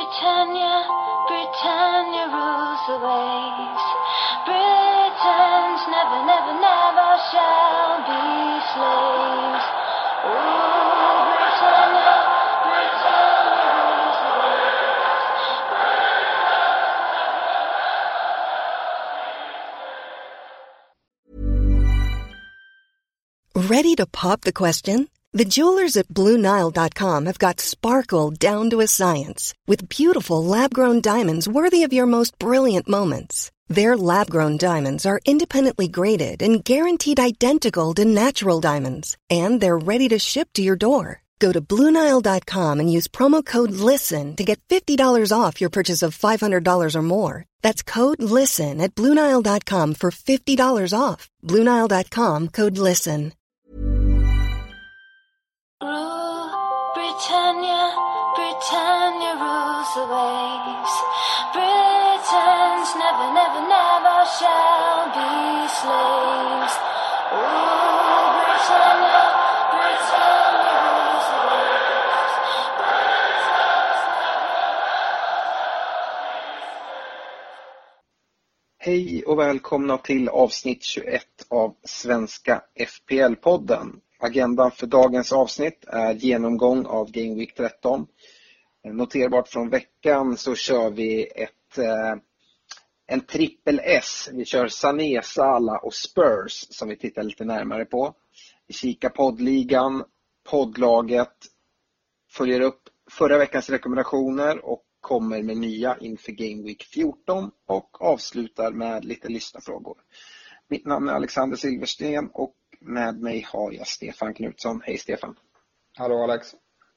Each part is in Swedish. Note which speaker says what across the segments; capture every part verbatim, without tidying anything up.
Speaker 1: Britannia, Britannia rules the waves. Britons never, never, never shall be slaves. Oh, Britannia, Britannia rules the
Speaker 2: waves. Ready to pop the question? The jewelers at Blue Nile dot com have got sparkle down to a science with beautiful lab-grown diamonds worthy of your most brilliant moments. Their lab-grown diamonds are independently graded and guaranteed identical to natural diamonds, and they're ready to ship to your door. Go to Blue Nile dot com and use promo code LISTEN to get fifty dollars off your purchase of five hundred dollars or more. That's code LISTEN at Blue Nile dot com for fifty dollars off. Blue Nile dot com, code LISTEN.
Speaker 1: Britannia, Britannia rules the waves. Britons never, never, never shall be slaves. Oh, Britannia, Britannia rules the waves.
Speaker 3: Hej och välkomna till avsnitt tjugoett av Svenska F P L-podden. Agendan för dagens avsnitt är genomgång av Game Week tretton. Noterbart från veckan så kör vi ett, eh, en trippel S. Vi kör Sané, Salah och Spurs som vi tittar lite närmare på. Vi kikar poddligan, poddlaget, följer upp förra veckans rekommendationer och kommer med nya inför Game Week fjorton och avslutar med lite lyssnarfrågor. Mitt namn är Alexander Silversten och med mig har jag Stefan Knutsson. Hej Stefan.
Speaker 4: Hallå Alex.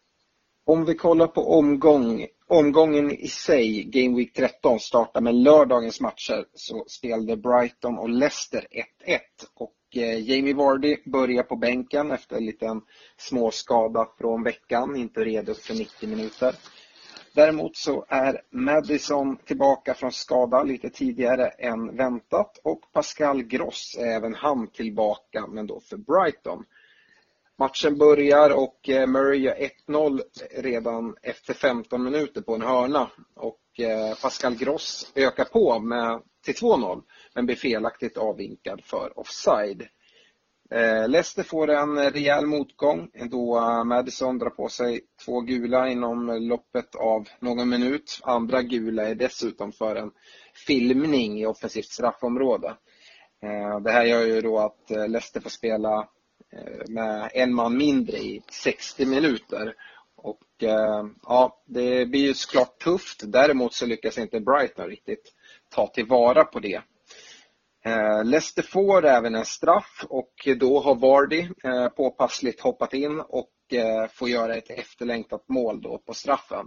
Speaker 3: Om vi kollar på omgång, omgången i sig, Game Week tretton startar med lördagens matcher, så spelade Brighton och Leicester ett ett och eh, Jamie Vardy börjar på bänken efter en liten småskada från veckan, inte redo för nittio minuter. Däremot så är Maddison tillbaka från skada lite tidigare än väntat och Pascal Gross är även han tillbaka, men då för Brighton. Matchen börjar och Murray gör ett noll redan efter femton minuter på en hörna och Pascal Gross ökar på med till två noll men blir felaktigt avvinkad för offside. Leicester får en rejäl motgång då Maddison drar på sig två gula inom loppet av någon minut. Andra gula är dessutom för en filmning i offensivt straffområde. Det här gör ju då att Leicester får spela med en man mindre i sextio minuter. Och ja, det blir ju såklart tufft. Däremot så lyckas inte Brighton riktigt ta tillvara på det. Leicester får även en straff och då har Vardy påpassligt hoppat in och får göra ett efterlängtat mål då på straffen.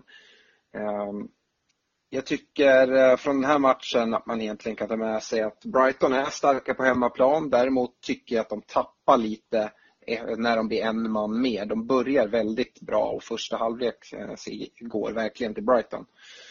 Speaker 3: Jag tycker från den här matchen att man egentligen kan ta med sig att Brighton är starka på hemmaplan. Däremot tycker jag att de tappar lite när de blir en man mer. De börjar väldigt bra och första halvlek går verkligen till Brighton.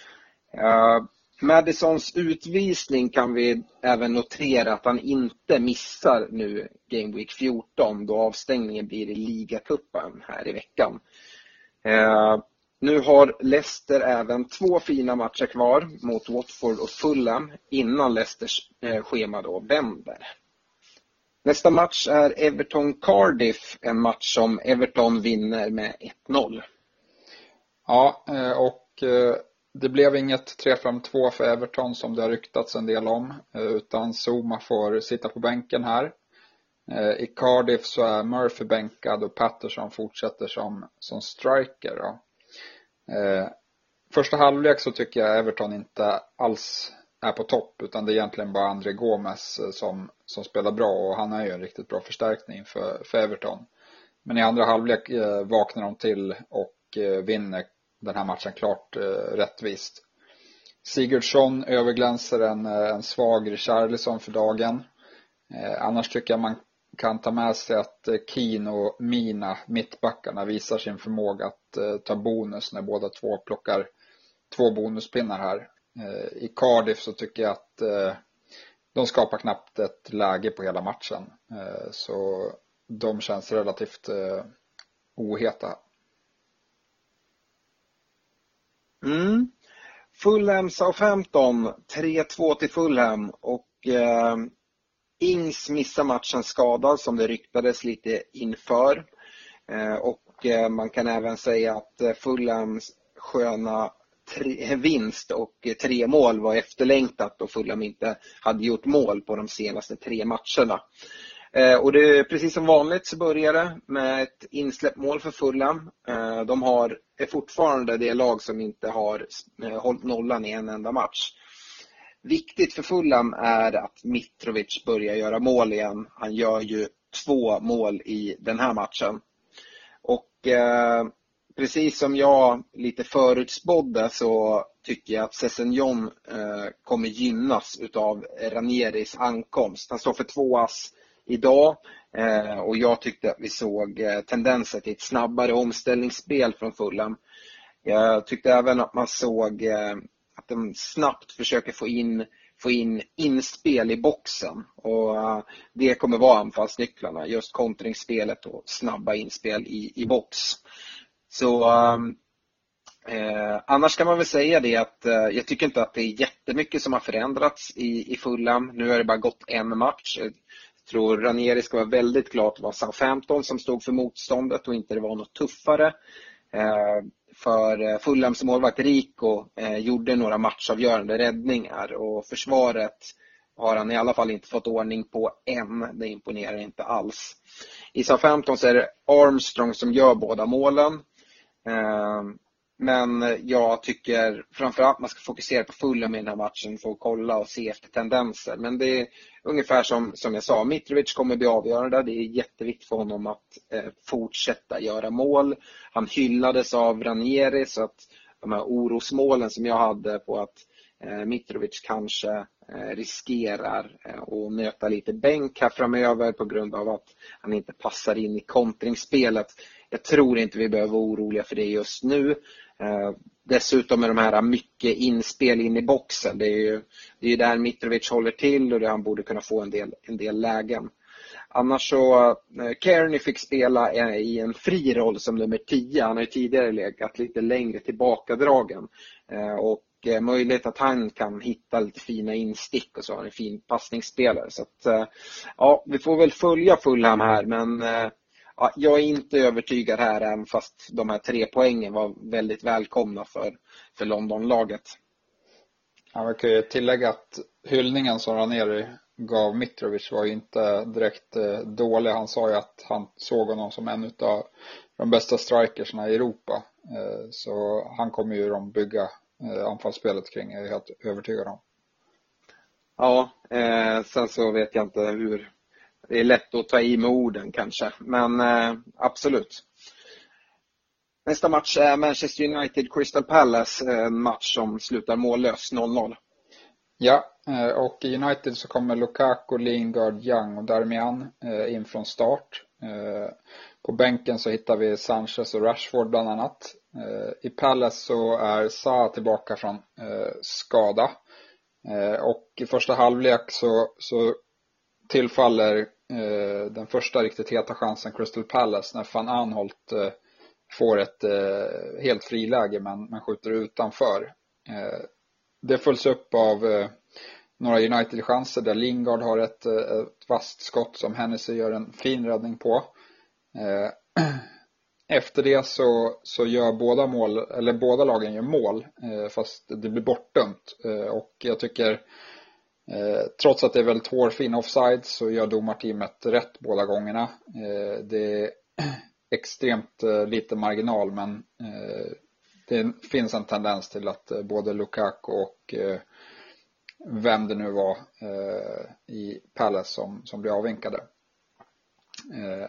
Speaker 3: Maddisons utvisning kan vi även notera att han inte missar nu Game Week fjorton då avstängningen blir i ligacupen här i veckan. Eh, nu har Leicester även två fina matcher kvar mot Watford och Fulham innan Leicesters eh, schema då vänder. Nästa match är Everton-Cardiff, en match som Everton vinner med ett noll.
Speaker 4: Ja, och det blev inget tre fem två för Everton som det har ryktats en del om, utan Zuma får sitta på bänken här. I Cardiff så är Murphy bänkad och Patterson fortsätter som, som striker. Då. Första halvlek så tycker jag Everton inte alls är på topp, utan det är egentligen bara André Gomes som, som spelar bra, och han är ju en riktigt bra förstärkning för, för Everton. Men i andra halvlek eh, vaknar de till och eh, vinner den här matchen klart eh, rättvist. Sigurdsson överglänser en, en svag Richarlison för dagen. Eh, annars tycker jag man kan ta med sig att eh, Keane och Mina, mittbackarna, visar sin förmåga att eh, ta bonus när båda två plockar två bonuspinnar här. I Cardiff så tycker jag att eh, de skapar knappt ett läge på hela matchen. Eh, så de känns relativt eh, oheta.
Speaker 3: Mm. Fulham Southampton tre två till Fulham och eh, Ings missar matchen skadad som det ryktades lite inför. Eh, och eh, man kan även säga att eh, Fulhams sköna tre, vinst och eh, tre mål var efterlängtat och Fulham inte hade gjort mål på de senaste tre matcherna. Eh, och det är precis som vanligt så börjar det med ett insläppt mål för Fulham. Eh, de har, är fortfarande det lag som inte har eh, hållit nollan i en enda match. Viktigt för Fulham är att Mitrovic börjar göra mål igen. Han gör ju två mål i den här matchen. Och eh, precis som jag lite förutspådde så tycker jag att Sessegnon eh, kommer gynnas utav Ranieris ankomst. Han står för två ass idag eh, och jag tyckte att vi såg eh, tendenser till ett snabbare omställningsspel från Fulham. Jag tyckte även att man såg eh, att de snabbt försöker få in, få in inspel i boxen och uh, det kommer vara anfallsnycklarna, just kontringsspelet och snabba inspel i, i box. Så um, eh, annars kan man väl säga det att eh, jag tycker inte att det är jättemycket som har förändrats i, i Fulham. Nu har det bara gått en match. Jag tror Ranieri ska vara väldigt glad att det var Southampton som stod för motståndet och inte det var något tuffare. Eh, För Fulhams målvakt Rico eh, gjorde några matchavgörande räddningar och försvaret har han i alla fall inte fått ordning på än. Det imponerar inte alls. I Southampton så är det Armstrong som gör båda målen. Eh, men jag tycker framförallt man ska fokusera på Fulham i den här matchen för att kolla och se efter tendenser. Men det är ungefär som, som jag sa, Mitrovic kommer bli avgörande. Det är jätteviktigt för honom att eh, fortsätta göra mål. Han hyllades av Ranieri så att de här orosmålen som jag hade på att eh, Mitrovic kanske eh, riskerar eh, att möta lite bänk här framöver på grund av att han inte passar in i kontringsspelet. Jag tror inte vi behöver vara oroliga för det just nu. Eh, dessutom är de här mycket inspel in i boxen. Det är ju det är där Mitrovic håller till och där han borde kunna få en del, en del lägen. Annars så, eh, Kearney fick spela eh, i en fri roll som nummer tio. Han har ju tidigare legat lite längre tillbakadragen. Eh, och eh, möjligt att han kan hitta lite fina instick och så. Han är en fin passningsspelare. Så att, eh, ja, vi får väl följa Fulham här men... Eh, Ja, jag är inte övertygad här än fast de här tre poängen var väldigt välkomna för, för Londonlaget.
Speaker 4: Ja, man kan ju tillägga att hyllningen som Ranieri gav Mitrovic var ju inte direkt eh, dålig. Han sa ju att han såg honom som en av de bästa strikersna i Europa. Eh, så han kommer ju de bygga eh, anfallsspelet kring, jag är helt övertygad om.
Speaker 3: Ja, eh, sen så vet jag inte hur... Det är lätt att ta i med orden kanske, men eh, absolut. Nästa match är Manchester United Crystal Palace, en match som slutar mållös noll noll.
Speaker 4: Ja, och i United så kommer Lukaku, Lingard, Young och Darmian in från start. På bänken så hittar vi Sanchez och Rashford bland annat. I Palace så är Sa tillbaka från skada. Och i första halvlek så, så tillfaller eh, den första riktigt heta chansen Crystal Palace när Van Aanholt eh, får ett eh, helt friläge men, men skjuter utanför. Eh, det följs upp av eh, några United-chanser där Lingard har ett, ett vasst skott som Hennessy gör en fin räddning på. Eh, efter det så, så gör båda, mål, eller båda lagen gör mål eh, fast det blir bortdömt. Eh, och jag tycker Eh, trots att det är väldigt hårfin offside så gör domarteamet rätt båda gångerna. Eh, det är extremt eh, lite marginal men eh, det finns en tendens till att eh, både Lukaku och eh, vem det nu var eh, i Palace som, som blir avvinkade. Eh,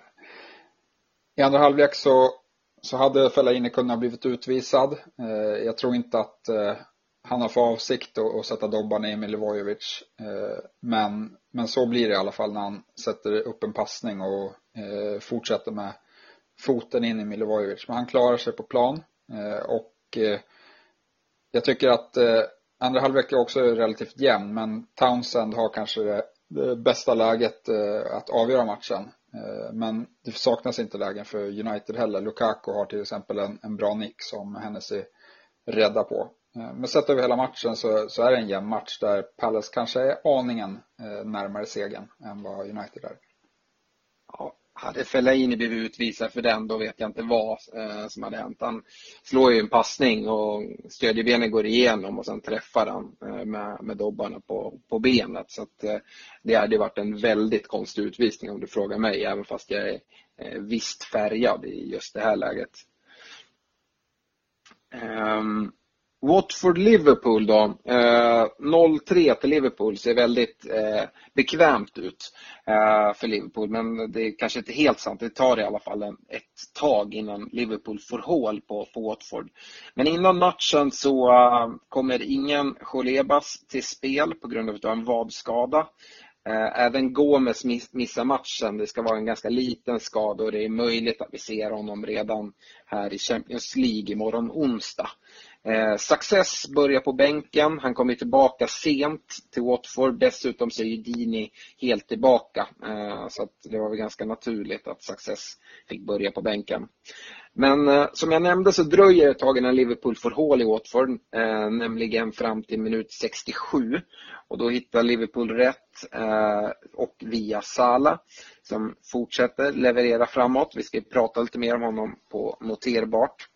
Speaker 4: I andra halvlek så, så hade Fellaini kunnat blivit utvisad. Eh, jag tror inte att eh, han har för avsikt att sätta dobban i Milivojevic. Men, men så blir det i alla fall när han sätter upp en passning och eh, fortsätter med foten in i Milivojevic. Men han klarar sig på plan. Eh, och eh, jag tycker att eh, andra halvlek är också relativt jämn. Men Townsend har kanske det, det bästa läget eh, att avgöra matchen. Eh, men det saknas inte lägen för United heller. Lukaku har till exempel en, en bra nick som Hennessy rädda på. Men sett över hela matchen så, så är det en jämn match där Palace kanske är aningen närmare segern än vad United är.
Speaker 3: Ja, hade Fellaini blivit utvisad för den, då vet jag inte vad eh, som hade hänt. Han slår ju en passning och stödjebenen går igenom och sen träffar han eh, med, med dobbarna på, på benet. Så att, eh, det hade varit en väldigt konstig utvisning om du frågar mig, även fast jag är eh, visst färgad i just det här läget. Um, Watford-Liverpool då, eh, noll tre till Liverpool ser väldigt eh, bekvämt ut eh, för Liverpool, men det är kanske inte helt sant. Det tar i alla fall en, ett tag innan Liverpool får hål på, på Watford. Men innan matchen så eh, kommer ingen Cholebas till spel på grund av en vadskada. Även Gomes missar matchen. Det ska vara en ganska liten skada och det är möjligt att vi ser honom redan här i Champions League imorgon onsdag. Eh, Success börjar på bänken. Han kommer tillbaka sent till Watford. Dessutom så är ju Dini helt tillbaka. Eh, så att det var väl ganska naturligt att Success fick börja på bänken. Men eh, som jag nämnde så dröjer det ett tag innan Liverpool får hål i Watford. Eh, nämligen fram till minut sextiosju. Och då hittar Liverpool rätt eh, och via Salah som fortsätter leverera framåt. Vi ska prata lite mer om honom på noterbart.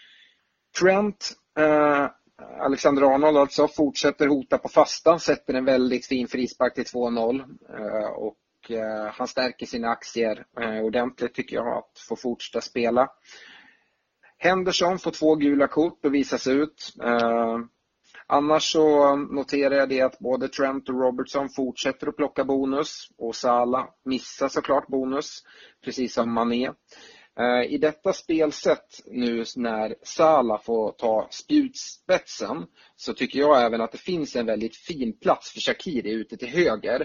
Speaker 3: Trent, eh, Alexander Arnold alltså, fortsätter hota på fasta. Sätter en väldigt fin frispark till två noll. Eh, och eh, han stärker sina aktier eh, ordentligt tycker jag att få fortsätta spela. Henderson får två gula kort och visas ut. Eh, Annars så noterar jag det att både Trent och Robertson fortsätter att plocka bonus och Salah missar såklart bonus, precis som Mané. I detta spelsätt nu när Salah får ta spjutspetsen så tycker jag även att det finns en väldigt fin plats för Shaqiri ute till höger.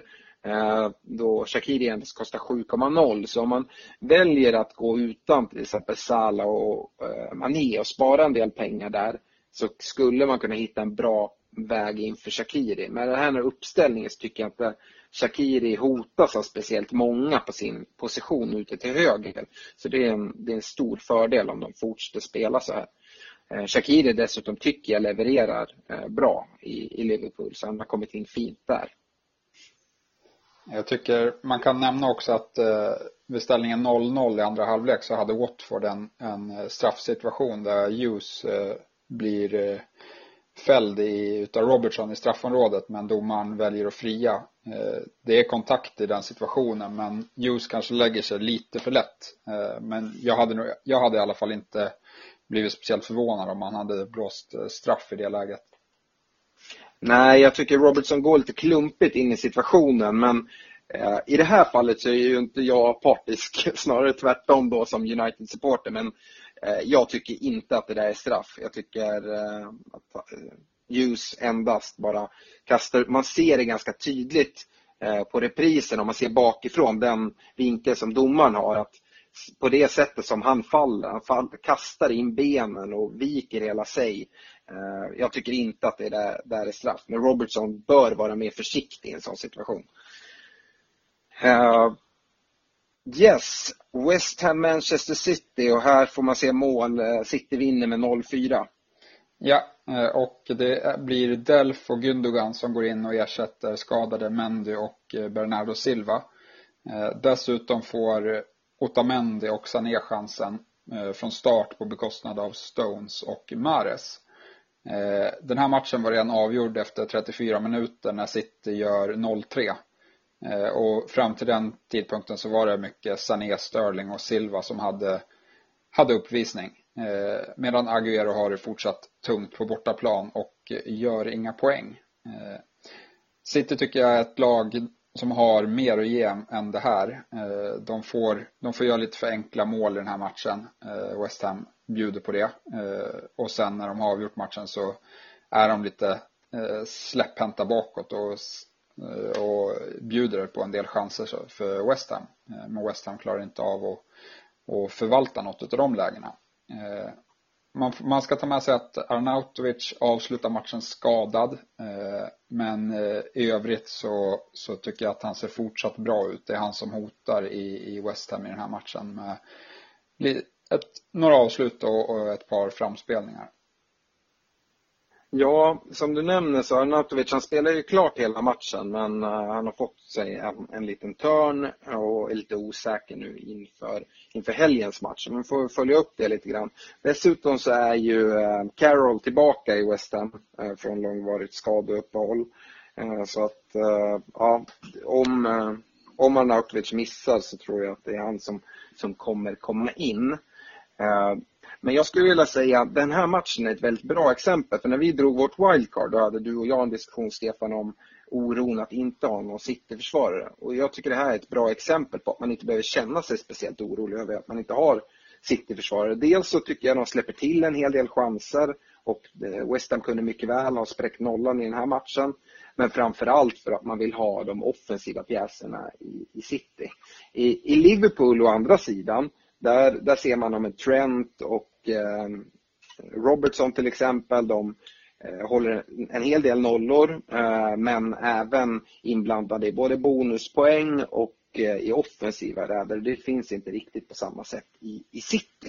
Speaker 3: Då Shaqiri endast kostar sju komma noll, så om man väljer att gå utan till exempel Salah och Mané och spara en del pengar där, så skulle man kunna hitta en bra väg in för Shaqiri. Men den här uppställningen så tycker jag inte Shaqiri hotas av speciellt många på sin position ute till höger. Så det är en, det är en stor fördel om de fortsätter spela så här. Eh, Shaqiri dessutom tycker jag levererar eh, bra i, i Liverpool, så han har kommit in fint där.
Speaker 4: Jag tycker man kan nämna också att eh, vid ställningen noll noll i andra halvlek så hade Watford en, en straffsituation där Hughes eh, blir eh, fälld i, utav Robertson i straffområdet, men domaren väljer att fria. Eh, det är kontakt i den situationen, men Hughes kanske lägger sig lite för lätt. Eh, men jag hade, nog, jag hade i alla fall inte blivit speciellt förvånad om han hade blåst straff i det läget.
Speaker 3: Nej, jag tycker Robertson går lite klumpigt in i situationen, men eh, i det här fallet så är ju inte jag partisk, snarare tvärtom då som United-supporter, men eh, jag tycker inte att det där är straff. Jag tycker eh, att eh, Hughes endast bara kastar, man ser det ganska tydligt eh, på reprisen om man ser bakifrån den vinkel som domaren har, att på det sättet som han faller, han fall, kastar in benen och viker hela sig. Uh, jag tycker inte att det där, där är straff. Men Robertson bör vara mer försiktig i en sån situation. Uh, yes, West Ham Manchester City, och här får man se mål. City vinner med noll fyra.
Speaker 4: Ja, och det blir Delf och Gündogan som går in och ersätter skadade Mendy och Bernardo Silva. Uh, dessutom får Otamendi och Sané chansen från start på bekostnad av Stones och Mahrez. Den här matchen var redan avgjord efter trettiofyra minuter när City gör noll tre. Och fram till den tidpunkten så var det mycket Sané, Sterling och Silva som hade, hade uppvisning. Medan Agüero har det fortsatt tungt på bortaplan och gör inga poäng. City tycker jag är ett lag som har mer att ge än det här. De får, de får göra lite för enkla mål i den här matchen. West Ham bjuder på det. Och sen när de har avgjort matchen så är de lite släpphänta bakåt och, och bjuder på en del chanser för West Ham. Men West Ham klarar inte av att, att förvalta något av de lägena. Man, man ska ta med sig att Arnautovic avslutar matchen skadad, eh, men eh, i övrigt så, så tycker jag att han ser fortsatt bra ut. Det är han som hotar i, i West Ham i den här matchen med ett, några avslut och, och ett par framspelningar.
Speaker 3: Ja, som du nämner så Arnautovic, han spelar ju klart hela matchen, men uh, han har fått sig en, en liten törn och är lite osäker nu inför, inför helgens match. Man får följa upp det lite grann. Dessutom så är ju uh, Carroll tillbaka i West Ham uh, från långvarigt skadeuppehåll. Uh, så att, uh, ja, om, uh, om Arnautovic missar så tror jag att det är han som, som kommer komma in. Uh, Men jag skulle vilja säga att den här matchen är ett väldigt bra exempel. För när vi drog vårt wildcard, då hade du och jag en diskussion, Stefan, om oron att inte ha någon City-försvarare. Och jag tycker det här är ett bra exempel på att man inte behöver känna sig speciellt orolig över att man inte har City-försvarare. Dels så tycker jag att de släpper till en hel del chanser. Och West Ham kunde mycket väl ha spräckt nollan i den här matchen. Men framförallt för att man vill ha de offensiva pjäserna i, i City. I, I Liverpool å andra sidan, Där, där ser man om en Trent och eh, Robertson till exempel. De eh, håller en hel del nollor, eh, men även inblandade i både bonuspoäng och eh, i offensiva räder. Det finns inte riktigt på samma sätt i, i City.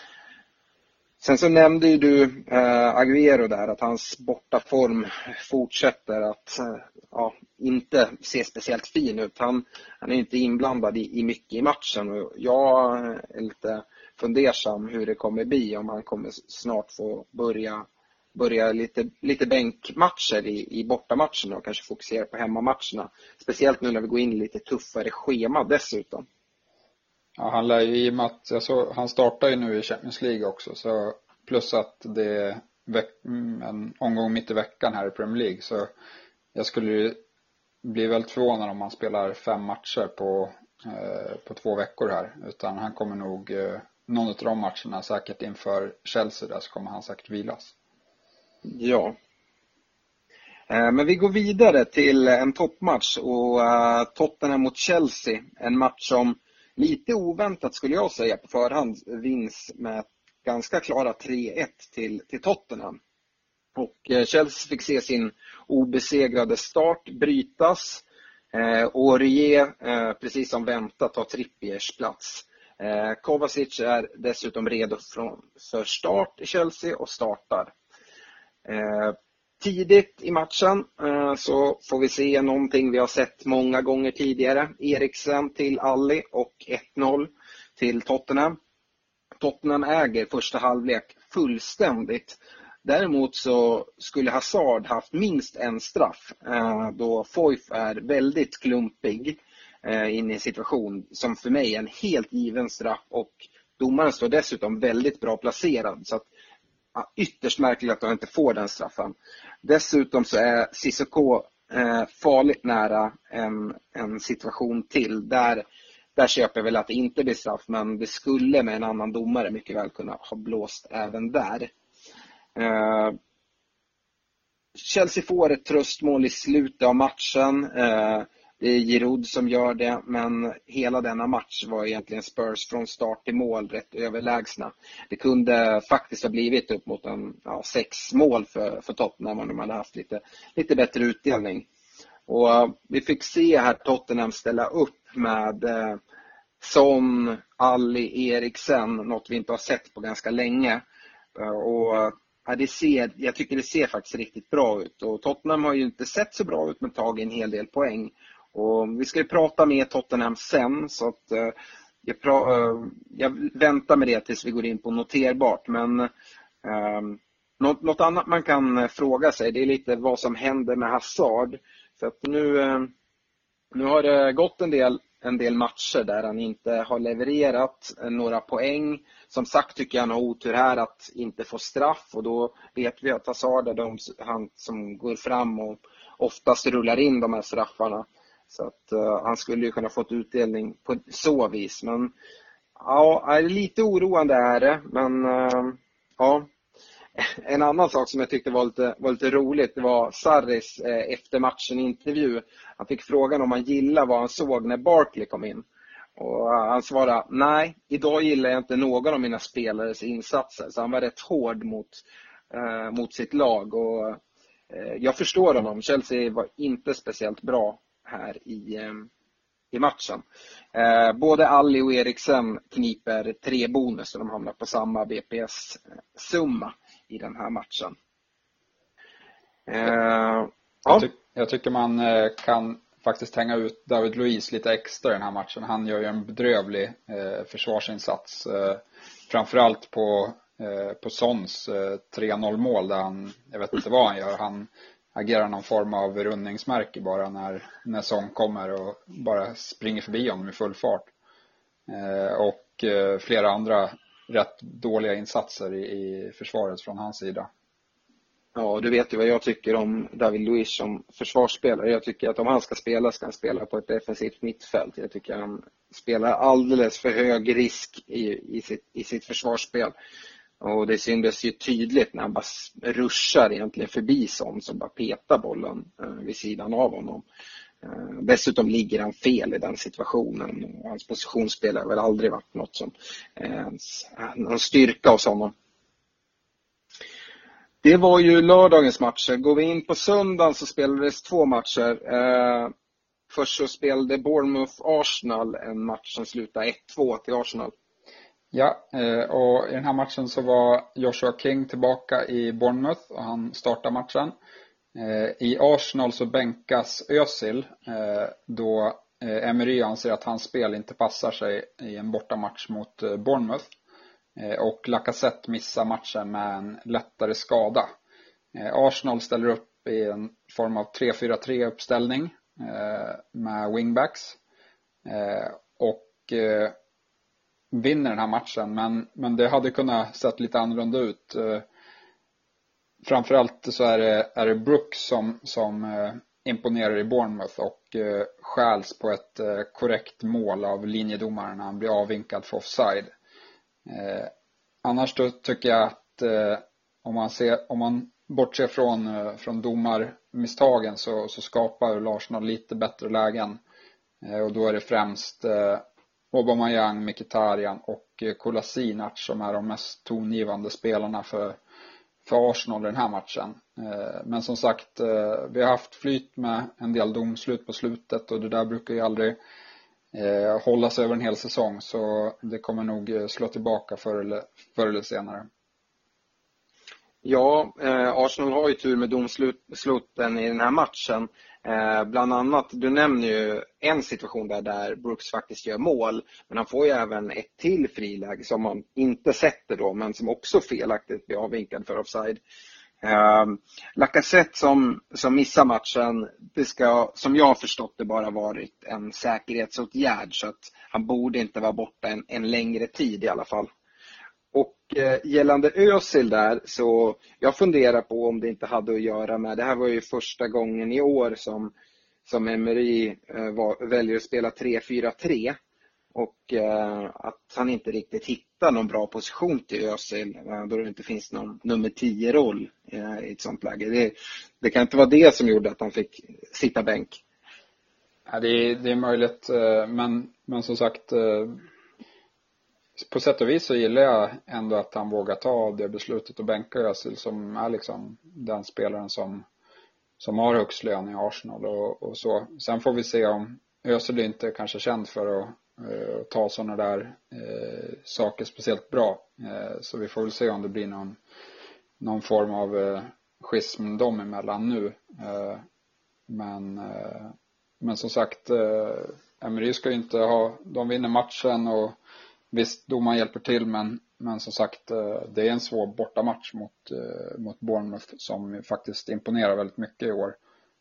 Speaker 3: Sen så nämnde ju du eh, Agüero där, att hans bortaform fortsätter att eh, ja, inte se speciellt fin ut. Han, han är inte inblandad i, i mycket i matchen och jag är lite fundersam hur det kommer bli, om han kommer snart få börja, börja lite, lite bänkmatcher i, i bortamatcherna och kanske fokusera på hemmamatcherna. Speciellt nu när vi går in i lite tuffare schema dessutom.
Speaker 4: Ja, han lär ju i och med att jag så, han startar ju nu i Champions League också, så plus att det är veck, en omgång mitt i veckan här i Premier League, så jag skulle ju bli väldigt förvånad om han spelar fem matcher på, eh, på två veckor här, utan han kommer nog eh, någon av de matcherna säkert inför Chelsea där, så kommer han säkert vilas.
Speaker 3: Ja. Eh, men vi går vidare till en toppmatch och eh, Tottenham mot Chelsea, en match som lite oväntat skulle jag säga på förhand vinns med ganska klara tre ett till, till Tottenham. Och eh, Chelsea fick se sin obesegrade start brytas. Eh, och Aurier, eh, precis som väntat, tar Trippiers plats. Eh, Kovacic är dessutom redo från, för start i Chelsea och startar. Eh, Tidigt i matchen eh, så får vi se någonting vi har sett många gånger tidigare. Eriksen till Alli och ett noll till Tottenham. Tottenham äger första halvlek fullständigt. Däremot så skulle Hazard haft minst en straff eh, då Foyth är väldigt klumpig eh, in i en situation som för mig är en helt given straff, och domaren står dessutom väldigt bra placerad, så att ja, ytterst märkligt att de inte får den straffen. Dessutom så är Sissoko eh, farligt nära en, en situation till. Där, där köper jag väl att det inte blir straff, men det skulle med en annan domare mycket väl kunna ha blåst även där. Eh, Chelsea får ett tröstmål i slutet av matchen. Eh, Det är Giroud som gör det, men hela denna match var egentligen Spurs från start till mål rätt överlägsna. Det kunde faktiskt ha blivit upp mot en, ja, sex mål för, för Tottenham om de hade haft lite, lite bättre utdelning. Och uh, vi fick se här Tottenham ställa upp med uh, Son, Alli, Eriksen, något vi inte har sett på ganska länge. Uh, och uh, det ser, jag tycker det ser faktiskt riktigt bra ut. Och Tottenham har ju inte sett så bra ut, men tagit en hel del poäng. Och vi ska ju prata med Tottenham sen, så att uh, jag, pra, uh, jag väntar med det tills vi går in på noterbart. Men uh, något, något annat man kan fråga sig, det är lite vad som händer med Hazard. För att nu, uh, nu har det gått en del, en del matcher där han inte har levererat några poäng. Som sagt tycker jag han har otur här att inte få straff, och då vet vi att Hazard är de han som går fram och oftast rullar in de här straffarna. Så att uh, han skulle ju kunna fått utdelning på så vis. Men ja, lite oroande är det. Men uh, ja, en annan sak som jag tyckte var lite, var lite roligt, det var Sarris eh, efter matchen intervju. Han fick frågan om han gillade vad han såg när Barkley kom in. Och uh, han svarade, nej, idag gillar jag inte någon av mina spelares insatser. Så han var rätt hård mot, uh, mot sitt lag. Och uh, jag förstår honom, Chelsea var inte speciellt bra här i, i matchen. Eh, både Alli och Eriksen kniper tre bonus och de hamnar på samma B P S-summa i den här matchen. Eh,
Speaker 4: jag,
Speaker 3: ja.
Speaker 4: ty- jag tycker man eh, kan faktiskt hänga ut David Luiz lite extra i den här matchen. Han gör ju en bedrövlig eh, försvarsinsats. Eh, framförallt på, eh, på Sons eh, tre noll mål där han, jag vet inte vad han gör. Han agerar någon form av rundningsmärke bara när, när Son kommer och bara springer förbi honom i full fart. Eh, och eh, flera andra rätt dåliga insatser i, i försvaret från hans sida.
Speaker 3: Ja, du vet ju vad jag tycker om David Luiz som försvarsspelare. Jag tycker att om han ska spela ska han spela på ett defensivt mittfält. Jag tycker han spelar alldeles för hög risk i, i, sitt, i sitt försvarsspel. Och det syntes ju tydligt när han bara ruschar egentligen förbi Son som bara petar bollen eh, vid sidan av honom. Eh, dessutom ligger han fel i den situationen. Hans positionsspel har väl aldrig varit något som eh, någon styrka hos honom. Det var ju lördagens matcher. Går vi in på söndagen så spelades två matcher. Eh, först så spelade Bournemouth-Arsenal en match som slutade ett två till Arsenal.
Speaker 4: Ja, och i den här matchen så var Joshua King tillbaka i Bournemouth och han startar matchen. I Arsenal så bänkas Özil då Emery anser att hans spel inte passar sig i en bortamatch mot Bournemouth. Och Lacazette missar matchen med en lättare skada. Arsenal ställer upp i en form av tre fyra tre uppställning med wingbacks. Och vinner den här matchen, men, men det hade kunnat sett lite annorlunda ut. Eh, framförallt så är det, är det Brooks som, som eh, imponerar i Bournemouth och eh, skäls på ett eh, korrekt mål av linjedomaren när han blir avvinkad för offside. Eh, annars då tycker jag att eh, om, man ser, om man bortser från, eh, från domarmisstagen så, så skapar Arsenal lite bättre lägen. Eh, och då är det främst eh, Aubameyang, Mkhitaryan och Kolasinac som är de mest tongivande spelarna för, för Arsenal i den här matchen. Men som sagt, vi har haft flyt med en del domslut på slutet och det där brukar ju aldrig eh, hållas över en hel säsong, så det kommer nog slå tillbaka förr eller, förr eller senare.
Speaker 3: Ja, eh, Arsenal har ju tur med domsluten i den här matchen. Eh, bland annat, du nämner ju en situation där, där Brooks faktiskt gör mål. Men han får ju även ett till friläge som han inte sätter då, men som också felaktigt blir avvinkad för offside. Eh, Lacazette som, som missar matchen, det ska, som jag har förstått det, bara varit en säkerhetsåtgärd. Så att han borde inte vara borta en, en längre tid i alla fall. Och eh, gällande Özil där, så jag funderar på om det inte hade att göra med, det här var ju första gången i år som, som Emery eh, var, väljer att spela tre fyra tre och eh, att han inte riktigt hittar någon bra position till Özil eh, då det inte finns någon nummer tio-roll eh, i ett sånt läge. Det, det kan inte vara det som gjorde att han fick sitta bänk.
Speaker 4: Ja, det, är, det är möjligt, men, men som sagt, på sätt och vis så gillar jag ändå att han vågar ta det beslutet och bänka Özil, som är liksom den spelaren som, som har högst lön i Arsenal och, och så. Sen får vi se om Özil inte kanske känd för att uh, ta sådana där uh, saker speciellt bra. Uh, så vi får väl se om det blir någon, någon form av uh, schism dem emellan nu. Uh, men, uh, men som sagt, uh, Emery ska ju inte ha, de vinner matchen och visst, domaren hjälper till, men, men som sagt, det är en svår bortamatch mot, mot Bournemouth som faktiskt imponerar väldigt mycket i år.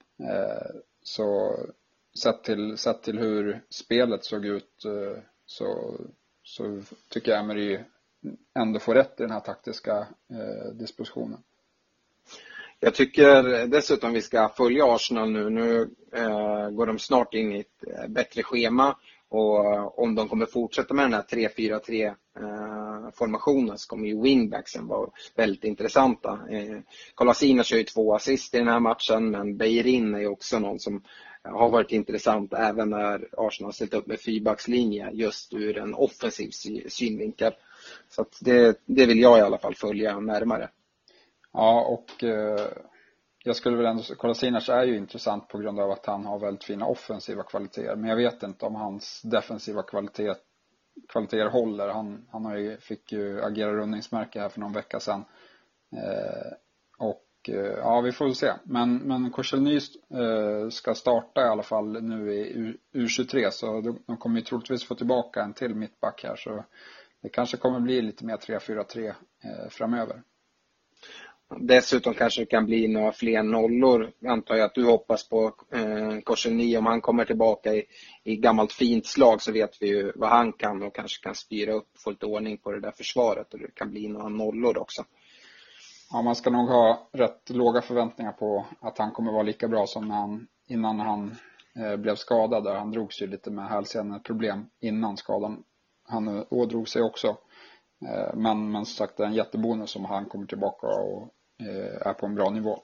Speaker 4: Så sett till, sett till hur spelet såg ut så, så tycker jag Emery ändå får rätt i den här taktiska dispositionen.
Speaker 3: Jag tycker dessutom vi ska följa Arsenal nu. Nu eh, går de snart in i ett bättre schema. Och om de kommer fortsätta med den här tre fyra tre eh, formationen så kommer ju wingbacksen vara väldigt intressanta. Eh, Kolasinac kör ju två assist i den här matchen, men Beirin är ju också någon som har varit intressant även när Arsenal har ställt upp med fyrbackslinje just ur en offensiv synvinkel. Så att det, det vill jag i alla fall följa närmare.
Speaker 4: Ja, och eh, jag skulle väl ändå, Kolasinac är ju intressant på grund av att han har väldigt fina offensiva kvaliteter. Men jag vet inte om hans defensiva kvalitet, kvaliteter håller. Han, han har ju, fick ju agera rundningsmärke här för någon vecka sedan. Eh, och ja, vi får se. Men, men Korselny eh, ska starta i alla fall nu i U tjugotre, så de, de kommer ju troligtvis få tillbaka en till mittback här, så det kanske kommer bli lite mer tre fyra tre eh, framöver.
Speaker 3: Dessutom kanske det kan bli några fler nollor. Antar jag att du hoppas på eh, Korselny. Om han kommer tillbaka i, i gammalt fint slag så vet vi ju vad han kan och kanske kan styra upp, få lite ordning på det där försvaret, och det kan bli några nollor också.
Speaker 4: Ja, man ska nog ha rätt låga förväntningar på att han kommer vara lika bra som när han, innan han eh, blev skadad. Där han drogs ju lite med hälseneproblem innan skadan. Han ådrog sig också. Eh, men, men som sagt, det är en jättebonus om han kommer tillbaka och eh, är på en bra nivå.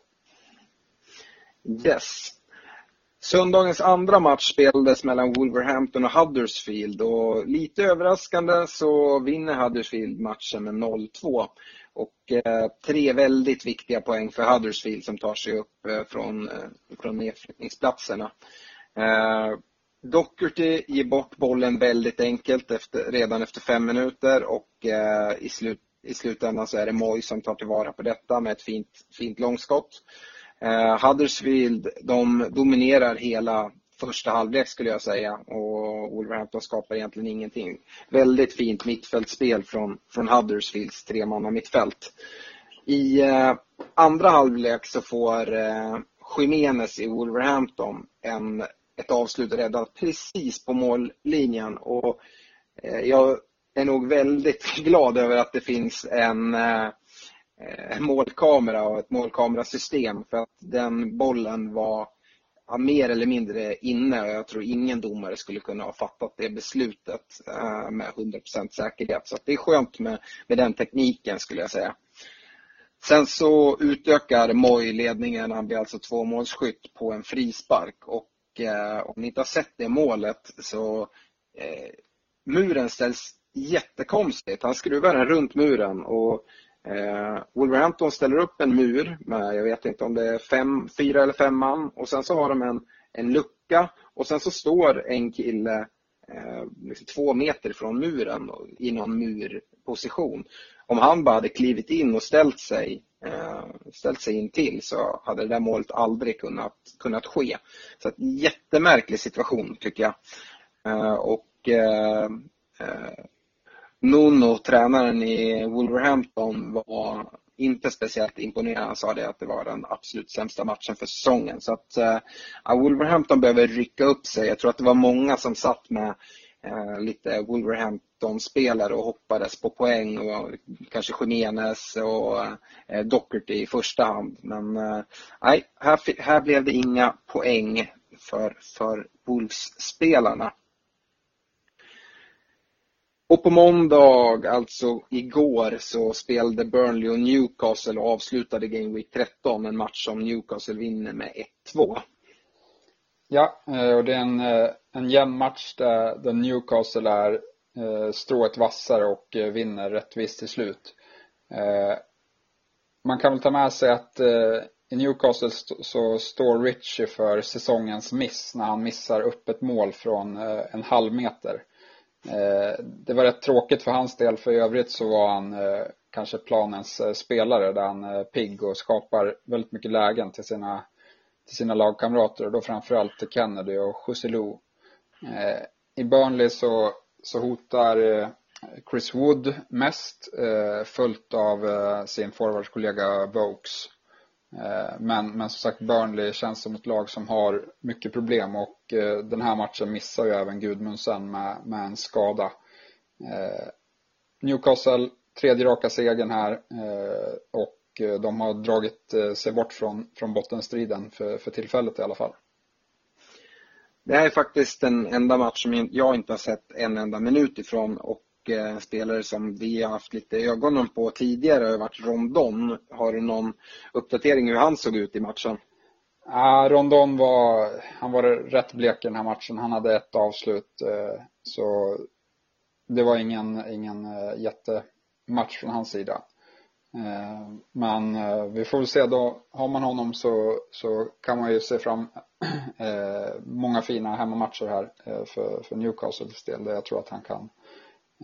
Speaker 3: Yes. Söndagens andra match spelades mellan Wolverhampton och Huddersfield, och lite överraskande så vinner Huddersfield matchen med noll två. Och eh, tre väldigt viktiga poäng för Huddersfield som tar sig upp eh, från, eh, från nedflyttningsplatserna. Eh, Doherty ger bort bollen väldigt enkelt efter, redan efter fem minuter, och eh, i, slut, i slutändan så är det Moy som tar tillvara på detta med ett fint, fint långskott. Eh, Huddersfield, de dominerar hela första halvlek skulle jag säga, och Wolverhampton skapar egentligen ingenting. Väldigt fint mittfältspel från, från Huddersfields tremanna mittfält. I eh, andra halvlek så får eh, Jimenez i Wolverhampton en, ett avslut räddat precis på mållinjen, och eh, jag är nog väldigt glad över att det finns en eh, en målkamera och ett målkamerasystem, för att den bollen var ja, mer eller mindre inne, och jag tror ingen domare skulle kunna ha fattat det beslutet eh, med hundra procent säkerhet. Så att det är skönt med, med den tekniken skulle jag säga. Sen så utökar Moy ledningen, han blir alltså tvåmålsskytt på en frispark, och eh, om ni inte har sett det målet så eh, muren ställs jättekonstigt. Han skruvar den runt muren, och Eh, Wolverhampton ställer upp en mur med, jag vet inte om det är fem, fyra eller fem man, och sen så har de en, en lucka, och sen så står en kille eh, liksom två meter från muren i någon murposition. Om han bara hade klivit in och ställt sig eh, ställt sig in till, så hade det där målet aldrig kunnat, kunnat ske. Så att jättemärklig situation tycker jag. Eh, och eh, eh, Nuno, tränaren i Wolverhampton, var inte speciellt imponerad. Han sa det att det var den absolut sämsta matchen för säsongen. Så att uh, Wolverhampton behöver rycka upp sig. Jag tror att det var många som satt med uh, lite Wolverhampton-spelare och hoppades på poäng. Och kanske Jimenez och uh, Doherty i första hand. Men uh, nej, här, här blev det inga poäng för, för Wolves-spelarna. Och på måndag, alltså igår, så spelade Burnley och Newcastle och avslutade Game Week tretton, en match som Newcastle vinner med ett två.
Speaker 4: Ja, och det är en, en jämn match där, där Newcastle är strået vassare och vinner rättvist till slut. Man kan väl ta med sig att i Newcastle så står Richie för säsongens miss när han missar upp ett mål från en halv meter. Det var rätt tråkigt för hans del, för i övrigt så var han kanske planens spelare, där han är pigg och skapar väldigt mycket lägen till sina, till sina lagkamrater, och då framförallt till Kennedy och Joselu. I Burnley så, så hotar Chris Wood mest, följt av sin forwardskollega Vokes. Men, men som sagt, Burnley känns som ett lag som har mycket problem, och den här matchen missar ju även Gudmundsen med, med en skada. Newcastle, tredje raka segern här, och de har dragit sig bort från, från bottenstriden för, för tillfället i alla fall.
Speaker 3: Det här är faktiskt den enda match som jag inte har sett en enda minut ifrån, och spelare som vi har haft lite ögonen på tidigare har varit Rondon. Har du någon uppdatering hur han såg ut i matchen?
Speaker 4: Ja, Rondon var, han var rätt blek i den här matchen. Han hade ett avslut, så det var ingen, ingen jättematch från hans sida. Men vi får väl se då. Har man honom så, så kan man ju se fram många fina hemmamatcher här för, för Newcastles del, där jag tror att han kan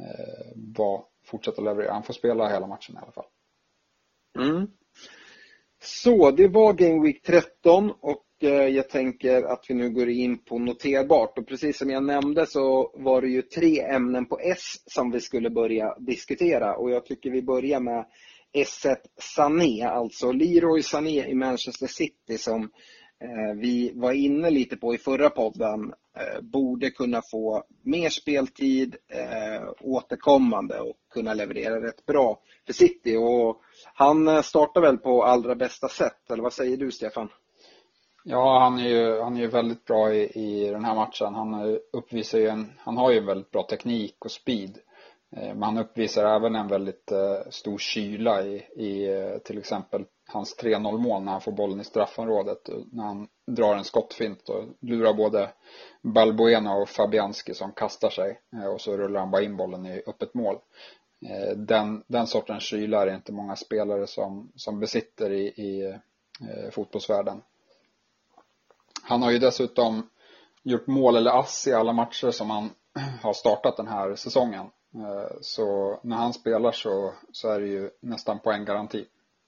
Speaker 4: var fortsätta leverera. Han får spela hela matchen i alla fall.
Speaker 3: Mm. Så det var Game Week tretton och jag tänker att vi nu går in på noterbart. Och precis som jag nämnde så var det ju tre ämnen på S som vi skulle börja diskutera. Och jag tycker vi börjar med S ett Sané, alltså Leroy Sané i Manchester City som eh, vi var inne lite på i förra podden. Eh, borde kunna få mer speltid eh, återkommande och kunna leverera rätt bra för City. Och han startar väl på allra bästa sätt, eller vad säger du Stefan?
Speaker 4: Ja, han är ju, han är ju väldigt bra i, i den här matchen. Han uppvisar ju en, han har ju en väldigt bra teknik och speed. Men han uppvisar även en väldigt uh, stor kyla i, i uh, till exempel hans tre noll mål när han får bollen i straffområdet. När han drar en skottfint och lurar både Balbuena och Fabianski som kastar sig. Uh, och så rullar han bara in bollen i öppet mål. Uh, den, den sortens kyla är det inte många spelare som, som besitter i, i uh, fotbollsvärlden. Han har ju dessutom gjort mål eller ass i alla matcher som han har startat den här säsongen. Så när han spelar så, så är det ju nästan poänggaranti.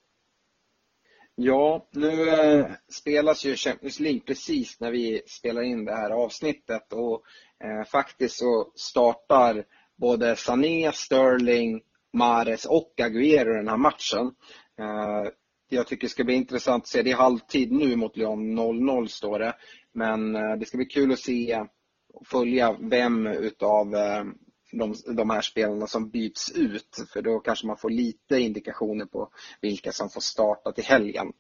Speaker 3: Ja, nu eh, spelas ju Champions League precis när vi spelar in det här avsnittet. Och eh, faktiskt så startar både Sané, Sterling, Mahrez och Agüero den här matchen. Eh, Jag tycker det ska bli intressant att se. Det är halvtid nu mot Lyon, noll noll står det. Men det ska bli kul att se och följa vem utav de, de här spelarna som byts ut. För då kanske man får lite indikationer på vilka som får starta till helgen.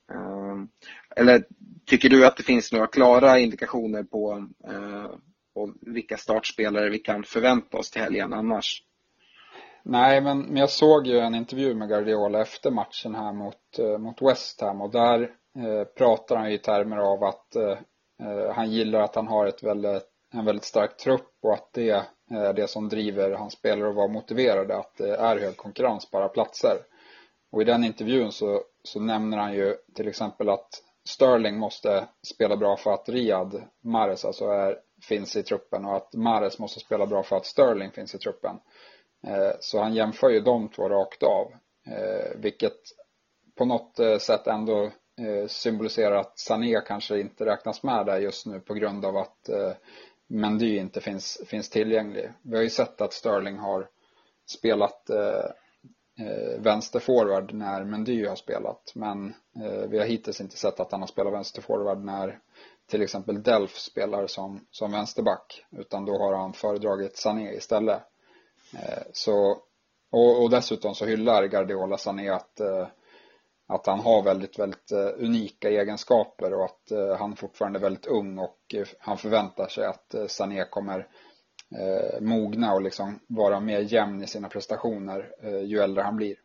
Speaker 3: Eller tycker du att det finns några klara indikationer på, på vilka startspelare vi kan förvänta oss till helgen annars?
Speaker 4: Nej, men, men jag såg ju en intervju med Guardiola efter matchen här mot, eh, mot West Ham. Och där eh, pratar han i termer av att eh, han gillar att han har ett väldigt, en väldigt stark trupp. Och att det är det som driver hans spelare att vara motiverade. Att det är hög konkurrens på alla platser. Och i den intervjun så, så nämner han ju till exempel att Sterling måste spela bra för att Riyad Mahrez alltså är, finns i truppen. Och att Mahrez måste spela bra för att Sterling finns i truppen. Så han jämför ju de två rakt av, vilket på något sätt ändå symboliserar att Sané kanske inte räknas med där just nu på grund av att Mendy inte finns, finns tillgänglig. Vi har ju sett att Sterling har spelat vänsterforward när Mendy har spelat, men vi har hittills inte sett att han har spelat vänsterforward när till exempel Delph spelar som, som vänsterback, utan då har han föredragit Sané istället. Så, och, och dessutom så hyllar Guardiola Sané att, att han har väldigt, väldigt unika egenskaper och att han fortfarande är väldigt ung och han förväntar sig att Sané kommer eh, mogna och liksom vara mer jämn i sina prestationer eh, ju äldre han blir.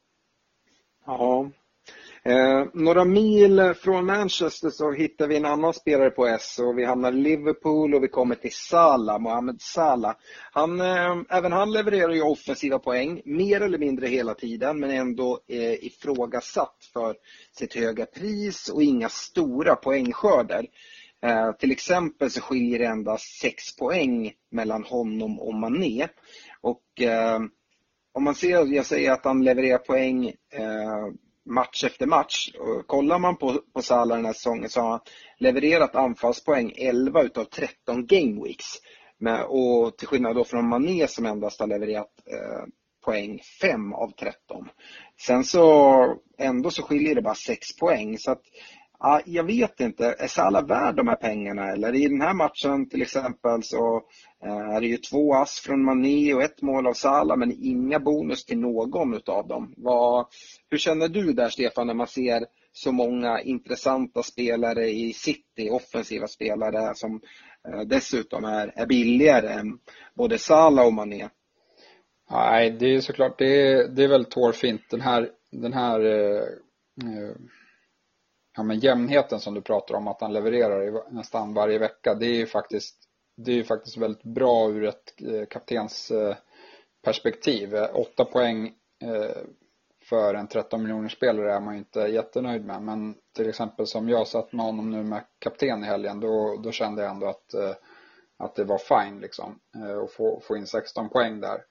Speaker 3: Ja. Eh, några mil från Manchester så hittar vi en annan spelare på S och vi hamnar i Liverpool och vi kommer till Salah, Mohamed Salah. Han, eh, även han levererar ju offensiva poäng mer eller mindre hela tiden, men ändå eh, ifrågasatt för sitt höga pris och inga stora poängskörder. Eh, till exempel så skiljer det endast sex poäng mellan honom och Mané. Och eh, om man ser, jag säger att han levererar poäng eh, match efter match. Och kollar man på, på Salah den här säsongen så har han levererat anfallspoäng elva utav tretton gameweeks. Men, och till skillnad då från Mané som endast har levererat eh, poäng fem av tretton. Sen så ändå så skiljer det bara sex poäng. Så att ja, jag vet inte, är Salah värd de här pengarna? Eller i den här matchen till exempel så är det ju två ass från Mané och ett mål av Salah, men inga bonus till någon utav dem. Vad, hur känner du där Stefan när man ser så många intressanta spelare i City, offensiva spelare som dessutom är, är billigare än både Salah och Mané?
Speaker 4: Nej, det är såklart, det är, det är väl tårfint. Den här, den här eh, ja, men jämnheten som du pratar om att han levererar i nästan varje vecka, det är ju faktiskt, det är ju faktiskt väldigt bra ur ett eh, kaptens eh, perspektiv. Åtta poäng eh, för en tretton miljoner spelare är man ju inte jättenöjd med, men till exempel som jag satt med honom nu med kapten i helgen, då, då kände jag ändå att, eh, att det var fine liksom, eh, att få, få in sexton poäng där.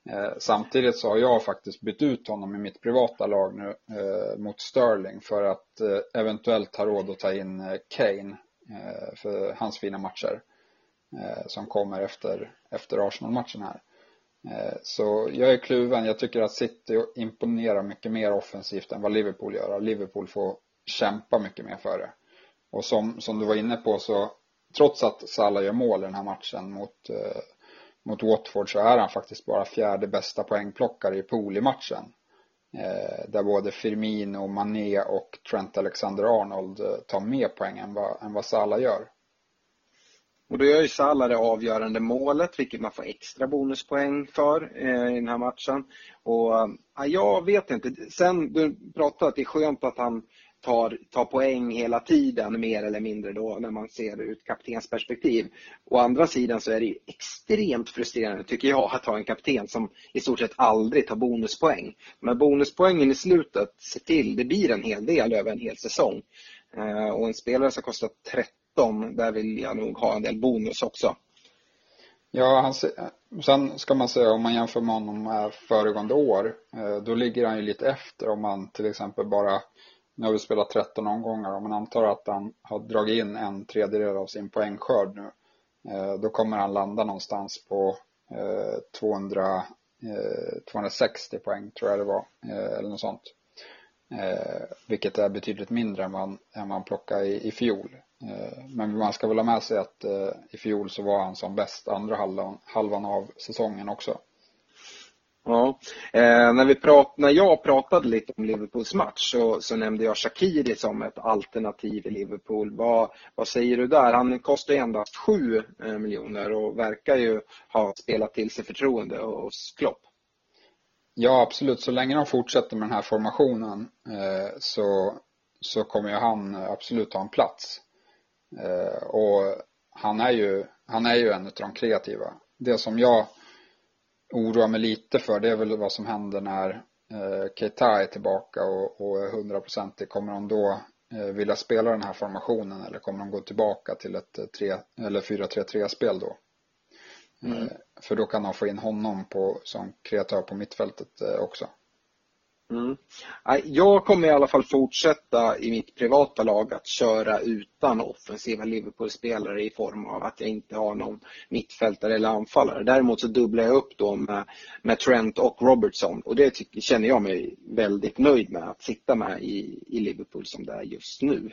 Speaker 4: Eh, samtidigt så har jag faktiskt bytt ut honom i mitt privata lag nu eh, mot Sterling för att eh, eventuellt ha råd att ta in eh, Kane eh, för hans fina matcher eh, som kommer efter, efter Arsenal-matchen här. Eh, så jag är kluven. Jag tycker att City imponerar mycket mer offensivt än vad Liverpool gör. Liverpool får kämpa mycket mer för det. Och som, som du var inne på, så trots att Salah gör mål i den här matchen mot eh, Mot Watford, så är han faktiskt bara fjärde bästa poängplockare i pool i matchen. Eh, där både Firmino, Mané och Trent Alexander-Arnold eh, tar mer poäng än vad, än vad Salah gör.
Speaker 3: Och då gör ju Salah det avgörande målet, vilket man får extra bonuspoäng för eh, i den här matchen. Och eh, jag vet inte, sen du pratade att det är skönt att han tar, tar poäng hela tiden, mer eller mindre då, när man ser det ur ett kaptensperspektiv. Å andra sidan så är det ju extremt frustrerande, tycker jag, att ha en kapten som i stort sett aldrig tar bonuspoäng. Men bonuspoängen i slutet, se till, det blir en hel del över en hel säsong. Eh, och en spelare som kostar tretton, där vill jag nog ha en del bonus också.
Speaker 4: Ja, han, sen ska man säga, om man jämför med honom med föregående år, eh, då ligger han ju lite efter. Om man till exempel bara, nu har vi spelat tretton omgångar, om man antar att han har dragit in en tredjedel av sin poängskörd nu, eh, då kommer han landa någonstans på eh, tvåhundra, eh, tvåhundrasextio poäng, tror jag det var, eh, eller något sånt. Eh, vilket är betydligt mindre än man, än man plockade i, i fjol. Eh, men man ska väl ha med sig att eh, i fjol så var han som bäst andra halvan, halvan av säsongen också.
Speaker 3: Ja, eh, när, vi prat, när jag pratade lite om Liverpools match så, så nämnde jag Shaqiri som ett alternativ i Liverpool. Vad, vad säger du där? Han kostar ju endast sju eh, miljoner och verkar ju ha spelat till sig förtroende hos Klopp.
Speaker 4: Ja, absolut. Så länge de fortsätter med den här formationen eh, så, så kommer ju han absolut ha en plats. Eh, och han är, ju, han är ju en av de kreativa. Det som jag oroar mig lite för, det är väl vad som händer när eh, Keita är tillbaka och, och är hundra procent. Kommer de då eh, vilja spela den här formationen, eller kommer de gå tillbaka till ett tre, eller fyra tre tre-spel då? Mm. Eh, för då kan de få in honom på, som kreatör på mittfältet eh, också.
Speaker 3: Mm. Jag kommer i alla fall fortsätta i mitt privata lag att köra utan offensiva Liverpool-spelare i form av att jag inte har någon mittfältare eller anfallare. Däremot så dubblar jag upp då med, med Trent och Robertson, och det tycker, känner jag mig väldigt nöjd med att sitta med i, i Liverpool som det är just nu.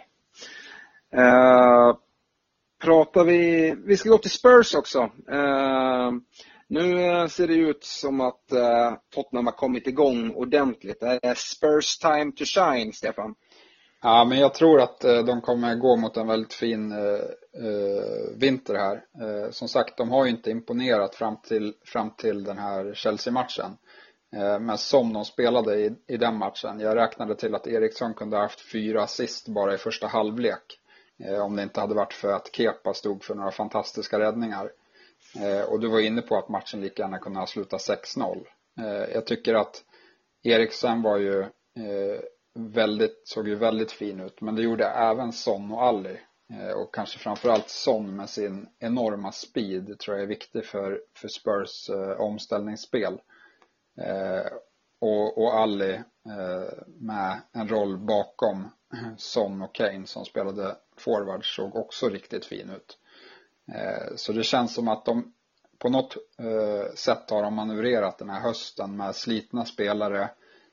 Speaker 3: Uh, pratar vi, vi ska gå till Spurs också. Uh, Nu ser det ut som att uh, Tottenham har kommit igång ordentligt. Det är Spurs time to shine, Stefan.
Speaker 4: Ja, men jag tror att uh, de kommer gå mot en väldigt fin uh, uh, vinter här. Uh, som sagt, de har ju inte imponerat fram till, fram till den här Chelsea-matchen. Uh, men som de spelade i, i den matchen. Jag räknade till att Eriksson kunde ha haft fyra assist bara i första halvlek. Uh, om det inte hade varit för att Kepa stod för några fantastiska räddningar. Eh, och du var inne på att matchen lika gärna kunde ha slutat sex noll. Eh, jag tycker att Eriksen var ju eh, väldigt, såg ju väldigt fin ut. Men det gjorde även Son och Ali. Eh, och kanske framförallt Son med sin enorma speed tror jag är viktig för, för Spurs eh, omställningsspel. Eh, och, och Ali eh, med en roll bakom Son och Kane som spelade forward såg också riktigt fin ut. Så det känns som att de på något sätt har de manövrerat den här hösten med slitna spelare,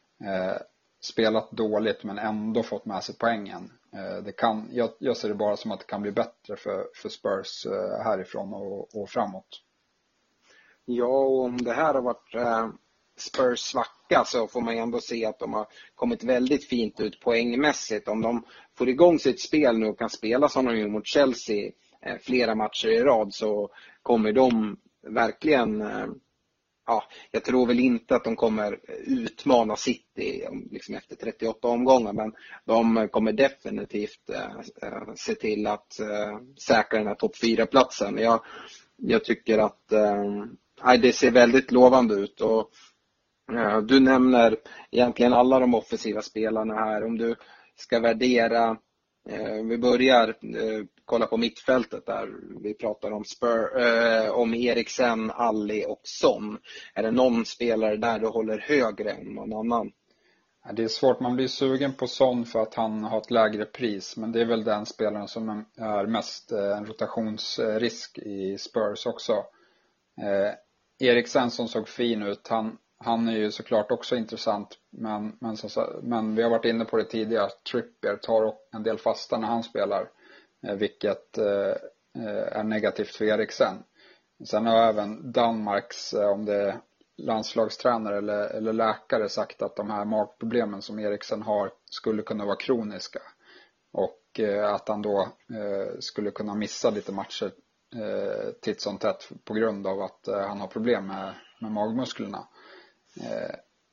Speaker 4: spelat dåligt men ändå fått med sig poängen. Det kan, jag, jag ser det bara som att det kan bli bättre för, för Spurs härifrån och, och framåt.
Speaker 3: Ja, och om det här har varit äh, Spurs svacka så får man ändå se att de har kommit väldigt fint ut poängmässigt. Om de får igång sitt spel nu och kan spela som de gjorde mot Chelsea flera matcher i rad så kommer de verkligen, ja, jag tror väl inte att de kommer utmana City liksom efter trettioåtta omgångar, men de kommer definitivt äh, se till att äh, säkra den här topp fyra-platsen. Jag, jag tycker att äh, det ser väldigt lovande ut, och äh, du nämner egentligen alla de offensiva spelarna här. Om du ska värdera Eh, vi börjar eh, kolla på mittfältet där. Vi pratar om Spur, eh, om Eriksen, Alli och Son. Är det någon spelare där du håller högre än någon annan?
Speaker 4: Det är svårt, man blir sugen på Son för att han har ett lägre pris. Men det är väl den spelaren som är mest en rotationsrisk i Spurs också. eh, Eriksen som såg fin ut, han, han är ju såklart också intressant. Men, men, så, men vi har varit inne på det tidigare. Trippier tar en del fasta när han spelar, eh, vilket eh, är negativt för Eriksen. Sen har även Danmarks, eh, om det är landslagstränare eller, eller läkare, sagt att de här magproblemen som Eriksen har skulle kunna vara kroniska. Och eh, att han då eh, skulle kunna missa lite matcher eh, titt som tätt på grund av att eh, han har problem med, med magmusklerna. Eh,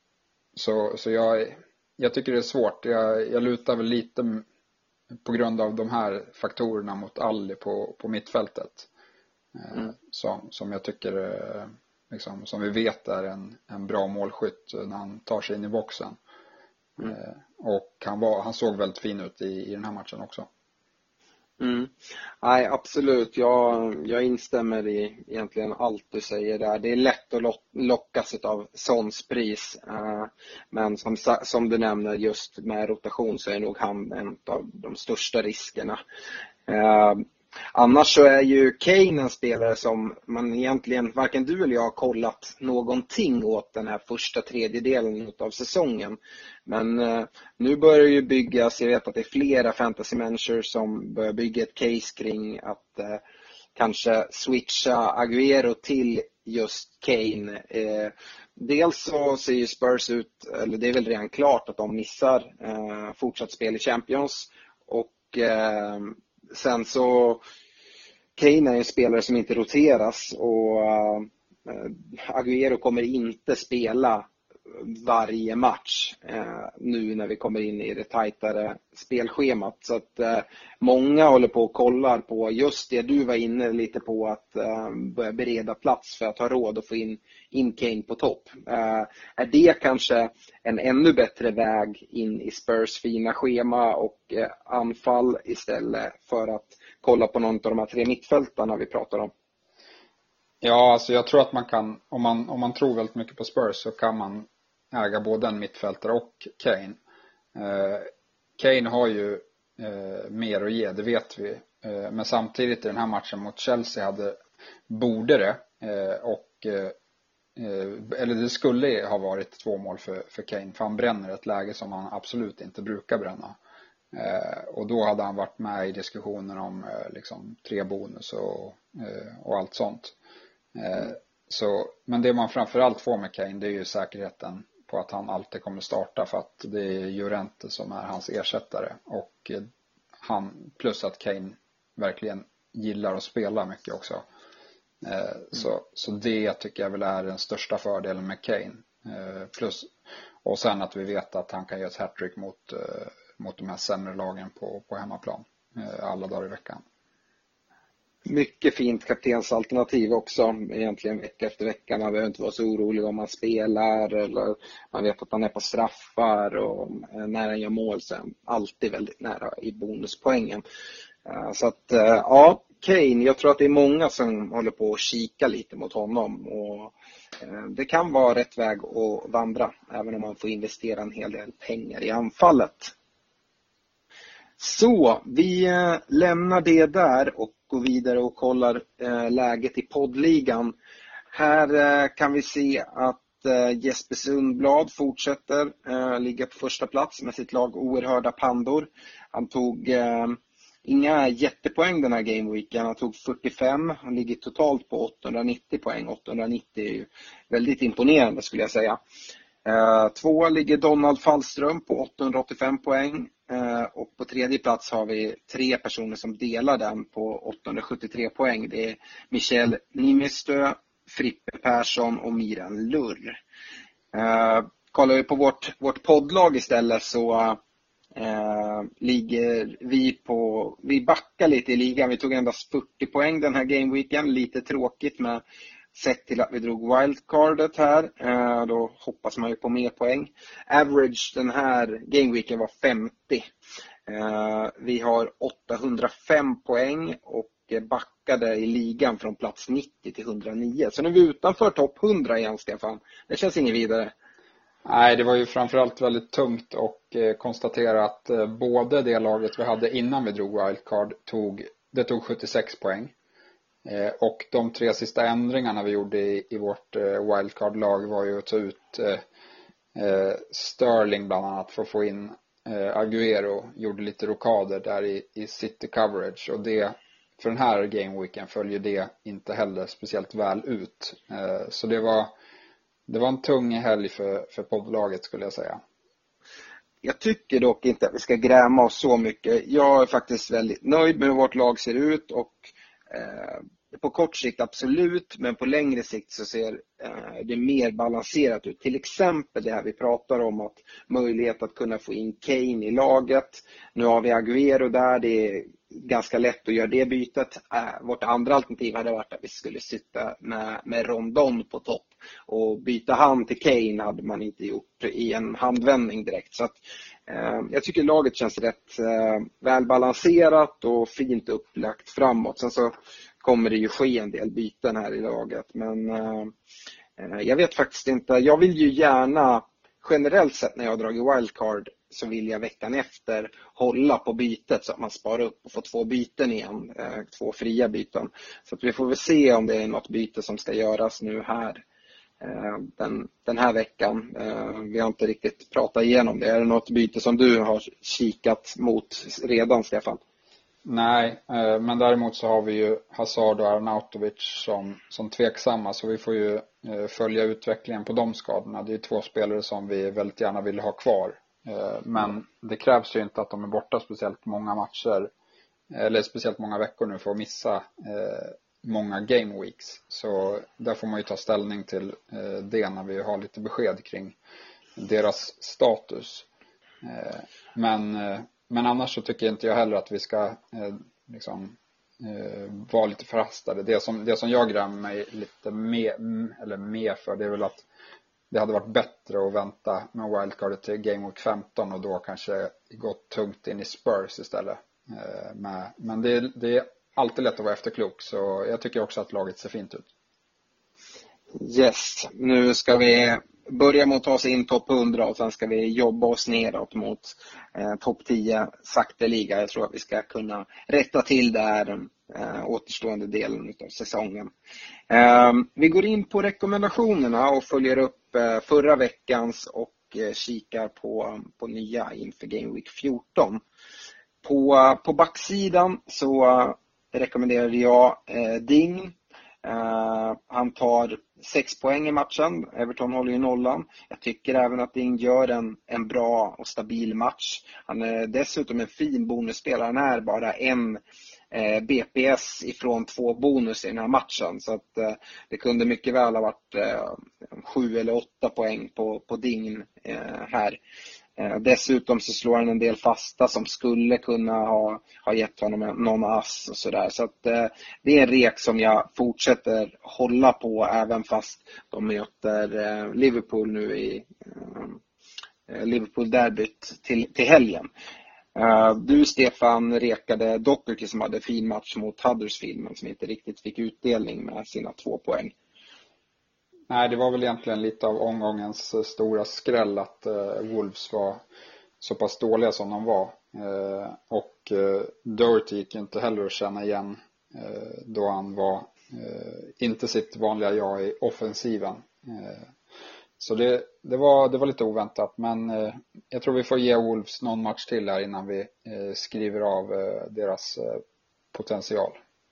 Speaker 4: så så jag, jag tycker det är svårt. Jag, jag lutar väl lite på grund av de här faktorerna mot Alli på, på mittfältet. Eh, mm. som, som jag tycker... Eh, Liksom, som vi vet är en, en bra målskytt när han tar sig in i boxen. Mm. Eh, och han, var, han såg väldigt fin ut i, i den här matchen också.
Speaker 3: Mm. Nej, absolut. Jag, jag instämmer i egentligen allt du säger där. Det är lätt att lock, lockas av Sons pris. Eh, men som, som du nämner, just med rotation så är nog han en av de största riskerna. Eh, Annars så är ju Kane en spelare som man egentligen, varken du eller jag har kollat någonting åt den här första tredjedelen av säsongen. Men eh, nu börjar det ju byggas, jag vet att det är flera fantasy-människor som börjar bygga ett case kring att eh, kanske switcha Agüero till just Kane. Eh, dels så ser ju Spurs ut, eller det är väl redan klart att de missar eh, fortsatt spel i Champions. Och eh, sen så Kane är en spelare som inte roteras och uh, Agüero kommer inte spela varje match uh, nu när vi kommer in i det tajtare spelschemat. Så att uh, många håller på och kollar på just det du var inne lite på, att uh, börja bereda plats för att ha råd att få in, in Kane på topp. Uh, är det kanske en ännu bättre väg in i Spurs fina schema och uh, anfall istället för att kolla på någon av de här tre mittfältarna vi pratar om?
Speaker 4: Ja, alltså jag tror att man kan, om man, om man tror väldigt mycket på Spurs så kan man äga både en mittfältare och Kane. Eh, Kane har ju eh, mer att ge, det vet vi. Eh, men samtidigt i den här matchen mot Chelsea hade, borde det, eh, och, eh, eller det skulle ha varit två mål för, för Kane. För han bränner ett läge som han absolut inte brukar bränna. Eh, och då hade han varit med i diskussionen om eh, liksom, tre bonus och, eh, och allt sånt. Eh, så, men det man framförallt får med Kane, det är ju säkerheten på att han alltid kommer starta, för att det är Llorente som är hans ersättare. Och eh, han, plus att Kane verkligen gillar att spela mycket också. Eh, mm. så, så det tycker jag väl är den största fördelen med Kane. Eh, plus, och sen att vi vet att han kan göra ett hattrick mot eh, mot de här sämre lagen på, på hemmaplan alla dagar i veckan.
Speaker 3: Mycket fint kaptensalternativ också egentligen vecka efter vecka. Man behöver inte vara så orolig om man spelar, eller man vet att han är på straffar, och när han gör mål så är han alltid väldigt nära i bonuspoängen. Så att ja, Kane, jag tror att det är många som håller på att kika lite mot honom, och det kan vara rätt väg att vandra även om man får investera en hel del pengar i anfallet. Så vi lämnar det där och går vidare och kollar läget i poddligan. Här kan vi se att Jesper Sundblad fortsätter ligga på första plats med sitt lag Oerhörda Pandor. Han tog inga jättepoäng den här gameweeken. Han tog fyrtiofem. Han ligger totalt på åttahundranittio poäng. åttahundranittio är ju väldigt imponerande skulle jag säga. Uh, två ligger Donald Fallström på åttahundraåttiofem poäng. Uh, och på tredje plats har vi tre personer som delar den på åttahundrasjuttiotre poäng. Det är Michel Nimestö, Frippe Persson och Miran Lurr. Uh, kollar vi på vårt, vårt poddlag istället så uh, ligger vi på, vi backar lite i ligan. Vi tog endast fyrtio poäng den här gameweeken. Lite tråkigt med sett till att vi drog wildcardet här. Eh, då hoppas man ju på mer poäng. Average den här gameweeken var femtio. Vi har åttahundrafem poäng och backade i ligan från plats nittio till etthundranio. Så nu är vi utanför topp hundra igen, Stefan. Det känns inget vidare.
Speaker 4: Nej, det var ju framförallt väldigt tungt och eh, konstatera att eh, både det laget vi hade innan vi drog wildcard tog, det tog sjuttiosex poäng. Eh, och de tre sista ändringarna vi gjorde i, i vårt eh, wildcard-lag var ju att ta ut eh, eh, Sterling bland annat för att få in eh, Agüero. Gjorde lite rokader där i, i city coverage, och det för den här gameweeken följer det inte heller speciellt väl ut. Eh, så det var Det var en tung helg för, för poddlaget, skulle jag säga.
Speaker 3: Jag tycker dock inte att vi ska gräma oss så mycket. Jag är faktiskt väldigt nöjd med hur vårt lag ser ut. Och eh, på kort sikt absolut, men på längre sikt så ser eh, det mer balanserat ut. Till exempel det här vi pratar om, att möjlighet att kunna få in Kane i laget. Nu har vi Agüero där, det är ganska lätt att göra det bytet. Äh, vårt andra alternativ hade varit att vi skulle sitta med, med Rondon på topp. Och byta hand till Kane hade man inte gjort i en handvändning direkt. Så att, eh, jag tycker laget känns rätt eh, välbalanserat och fint upplagt framåt. Sen så kommer det ju ske en del byten här i laget. Men eh, jag vet faktiskt inte. Jag vill ju gärna, generellt sett när jag har dragit wildcard, så vill jag veckan efter hålla på bytet så att man sparar upp och får två byten igen. Eh, två fria byten. Så att vi får väl se om det är något byte som ska göras nu här. Den, den här veckan. Vi har inte riktigt pratat igenom det. Är det något byte som du har kikat mot redan, Stefan?
Speaker 4: Nej, men däremot så har vi ju Hazard och Arnautovic som, som tveksamma, så vi får ju följa utvecklingen på de skadorna. Det är två spelare som vi väldigt gärna vill ha kvar. Men det krävs ju inte att de är borta speciellt många matcher eller speciellt många veckor nu för att missa många game weeks. Så där får man ju ta ställning till eh, det när vi har lite besked kring deras status. Eh, men, eh, men annars så tycker inte jag heller att vi ska eh, liksom, eh, vara lite förhastade. Det som, det som jag grämer mig lite med, eller med för, det är väl att det hade varit bättre att vänta med wildcardet till game week femton och då kanske gått tungt in i Spurs istället. Eh, med, men det, det är alltid lätt att vara efterklok, så jag tycker också att laget ser fint ut.
Speaker 3: Yes, nu ska vi börja med att ta oss in topp hundra och sen ska vi jobba oss neråt mot eh, topp tio sakteliga. Jag tror att vi ska kunna rätta till det här eh, återstående delen av säsongen. Eh, vi går in på rekommendationerna och följer upp eh, förra veckans och eh, kikar på, på nya inför Game Week fjorton. På, på backsidan så rekommenderade jag eh, Ding. Eh, han tar sex poäng i matchen. Everton håller ju nollan. Jag tycker även att Ding gör en, en bra och stabil match. Han är dessutom en fin bonusspelare. Han är bara en eh, B P S ifrån två bonus i den här matchen. Så att eh, det kunde mycket väl ha varit eh, sju eller åtta poäng på, på Ding eh, här. Eh, dessutom så slår han en del fasta som skulle kunna ha, ha gett honom någon ass och sådär. Så att eh, det är en rek som jag fortsätter hålla på även fast de möter eh, Liverpool nu i eh, Liverpool-derbyt till, till helgen. Eh, du, Stefan, rekade Doherty som hade fin match mot Huddersfield men som inte riktigt fick utdelning med sina två poäng.
Speaker 4: Nej, det var väl egentligen lite av omgångens stora skräll att eh, Wolves var så pass dåliga som de var. Eh, och eh, Doherty gick inte heller att känna igen eh, då han var eh, inte sitt vanliga jag i offensiven. Eh, så det, det, var, det var lite oväntat, men eh, jag tror vi får ge Wolves någon match till här innan vi eh, skriver av eh, deras eh, potential.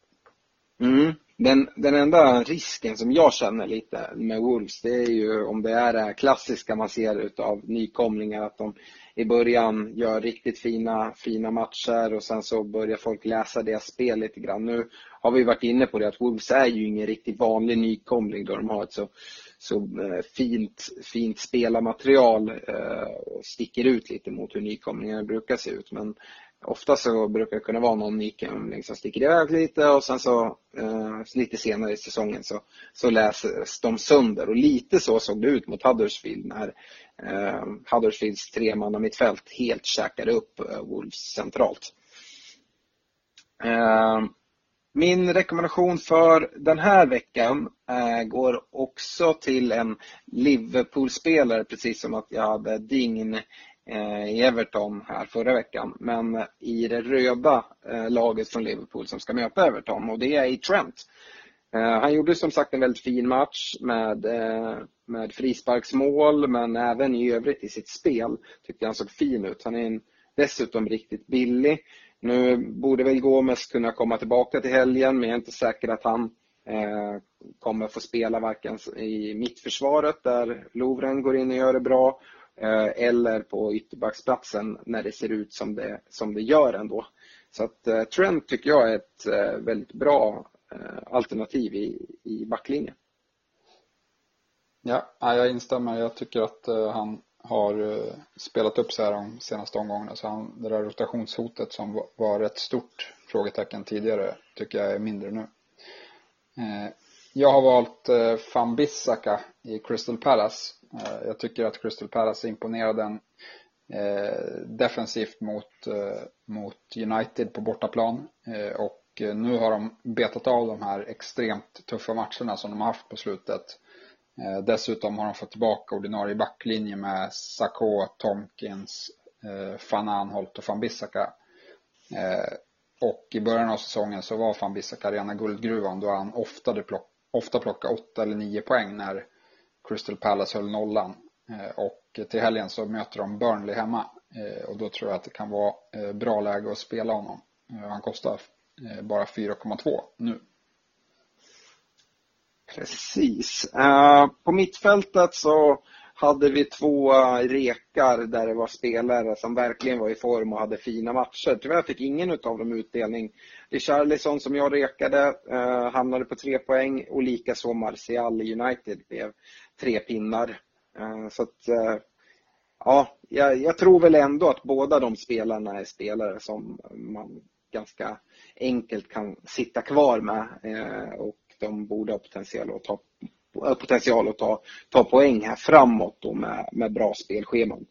Speaker 3: Mm. Den, den enda risken som jag känner lite med Wolves, det är ju om det är det klassiska man ser utav nykomlingar, att de i början gör riktigt fina, fina matcher och sen så börjar folk läsa deras spel lite grann. Nu har vi varit inne på det att Wolves är ju ingen riktigt vanlig nykomling då de har ett så, så fint, fint spelarmaterial och sticker ut lite mot hur nykomlingar brukar se ut. Men ofta så brukar det kunna vara någon nykomling som sticker iväg lite och sen så eh, lite senare i säsongen så, så läses de sönder. Och lite så såg det ut mot Huddersfield när eh, Huddersfields tre man av mittfält helt käkade upp eh, Wolves centralt. Eh, min rekommendation för den här veckan eh, går också till en Liverpool-spelare, precis som att jag hade Dign i Everton här förra veckan, men i det röda eh, laget från Liverpool som ska möta Everton, och det är i Trent. Eh, han gjorde som sagt en väldigt fin match med, eh, med frisparksmål, men även i övrigt i sitt spel tyckte han såg fin ut. Han är en, dessutom riktigt billig. Nu borde väl Gomes kunna komma tillbaka till helgen, men jag är inte säker att han eh, kommer få spela varken i mittförsvaret där Lovren går in och gör det bra, eller på ytterbacksplatsen när det ser ut som det, som det gör ändå. Så att uh, Trent tycker jag är ett uh, väldigt bra uh, alternativ i, i backlinjen.
Speaker 4: Ja, jag instämmer. Jag tycker att uh, han har uh, spelat upp sig här de senaste omgångarna. Så han, det där rotationshotet som var, var ett stort frågetecken tidigare tycker jag är mindre nu. Uh, jag har valt uh, Van Bissaka i Crystal Palace. Jag tycker att Crystal Palace imponerade en, eh, defensivt mot, eh, mot United på bortaplan. Eh, och nu har de betat av de här extremt tuffa matcherna som de har haft på slutet. Eh, dessutom har de fått tillbaka ordinarie backlinje med Sakho, Tomkins, eh, Van Aanholt och Van Bissaka. Eh, och i början av säsongen så var Van Bissaka rena guldgruvan då han ofta, plock, ofta plockade åtta eller nio poäng när Crystal Palace höll nollan. Och till helgen så möter de Burnley hemma. Och då tror jag att det kan vara bra läge att spela honom. Han kostar bara fyra komma två nu.
Speaker 3: Precis. Uh, på mittfältet så hade vi två rekar där det var spelare som verkligen var i form och hade fina matcher. Tyvärr fick ingen av dem utdelning. Richarlison som jag rekade uh, hamnade på tre poäng och lika så Martial i United blev tre pinnar. Uh, så att uh, ja, jag, jag tror väl ändå att båda de spelarna är spelare som man ganska enkelt kan sitta kvar med uh, och de borde ha potential att ta potential att ta, ta poäng här framåt då med, med bra spelscheman.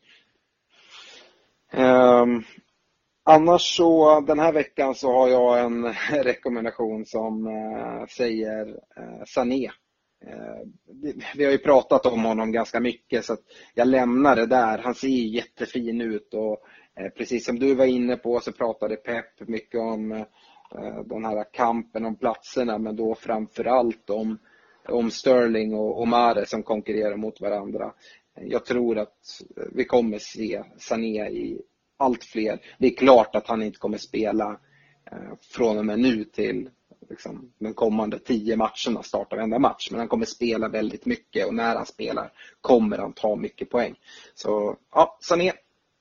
Speaker 3: Um, annars så den här veckan så har jag en rekommendation som uh, säger uh, Sané. Uh, vi, vi har ju pratat om honom ganska mycket så att jag lämnar det där. Han ser ju jättefin ut och uh, precis som du var inne på så pratade Pep mycket om uh, den här kampen om platserna, men då framförallt om om Sterling och, och Mahrez som konkurrerar mot varandra. Jag tror att vi kommer se Sané i allt fler. Det är klart att han inte kommer spela eh, från och med nu till liksom, de kommande tio matcherna, starta varenda match. Men han kommer spela väldigt mycket och när han spelar kommer han ta mycket poäng. Så ja, Sané.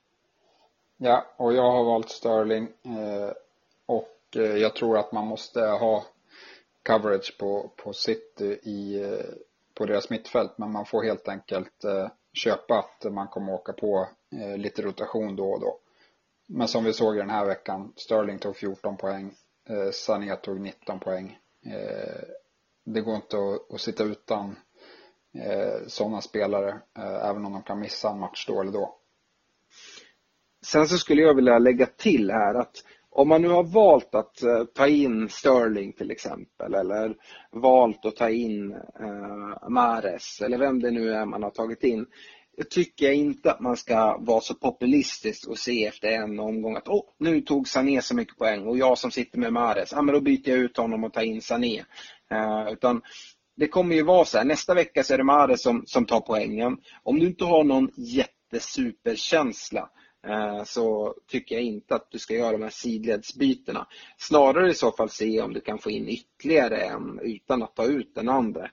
Speaker 4: Ja, och jag har valt Sterling eh, och eh, jag tror att man måste ha coverage på, på City i, på deras mittfält, men man får helt enkelt eh, köpa att man kommer åka på eh, lite rotation då och då. Men som vi såg i den här veckan, Sterling tog fjorton poäng, eh, Sané tog nitton poäng. Eh, det går inte att, att sitta utan eh, sådana spelare, eh, även om de kan missa en match då eller då.
Speaker 3: Sen så skulle jag vilja lägga till här att om man nu har valt att uh, ta in Sterling till exempel, eller valt att ta in uh, Mahrez, eller vem det nu är man har tagit in, jag tycker inte att man ska vara så populistisk och se efter en omgång att oh, nu tog Sané så mycket poäng och jag som sitter med Mahrez, ja men då byter jag ut honom och tar in Sané. Uh, utan det kommer ju vara så här, nästa vecka så är det Mahrez som, som tar poängen. Om du inte har någon jättesuperkänsla så tycker jag inte att du ska göra de här sidledsbytena. Snarare i så fall se om du kan få in ytterligare en utan att ta ut den andra.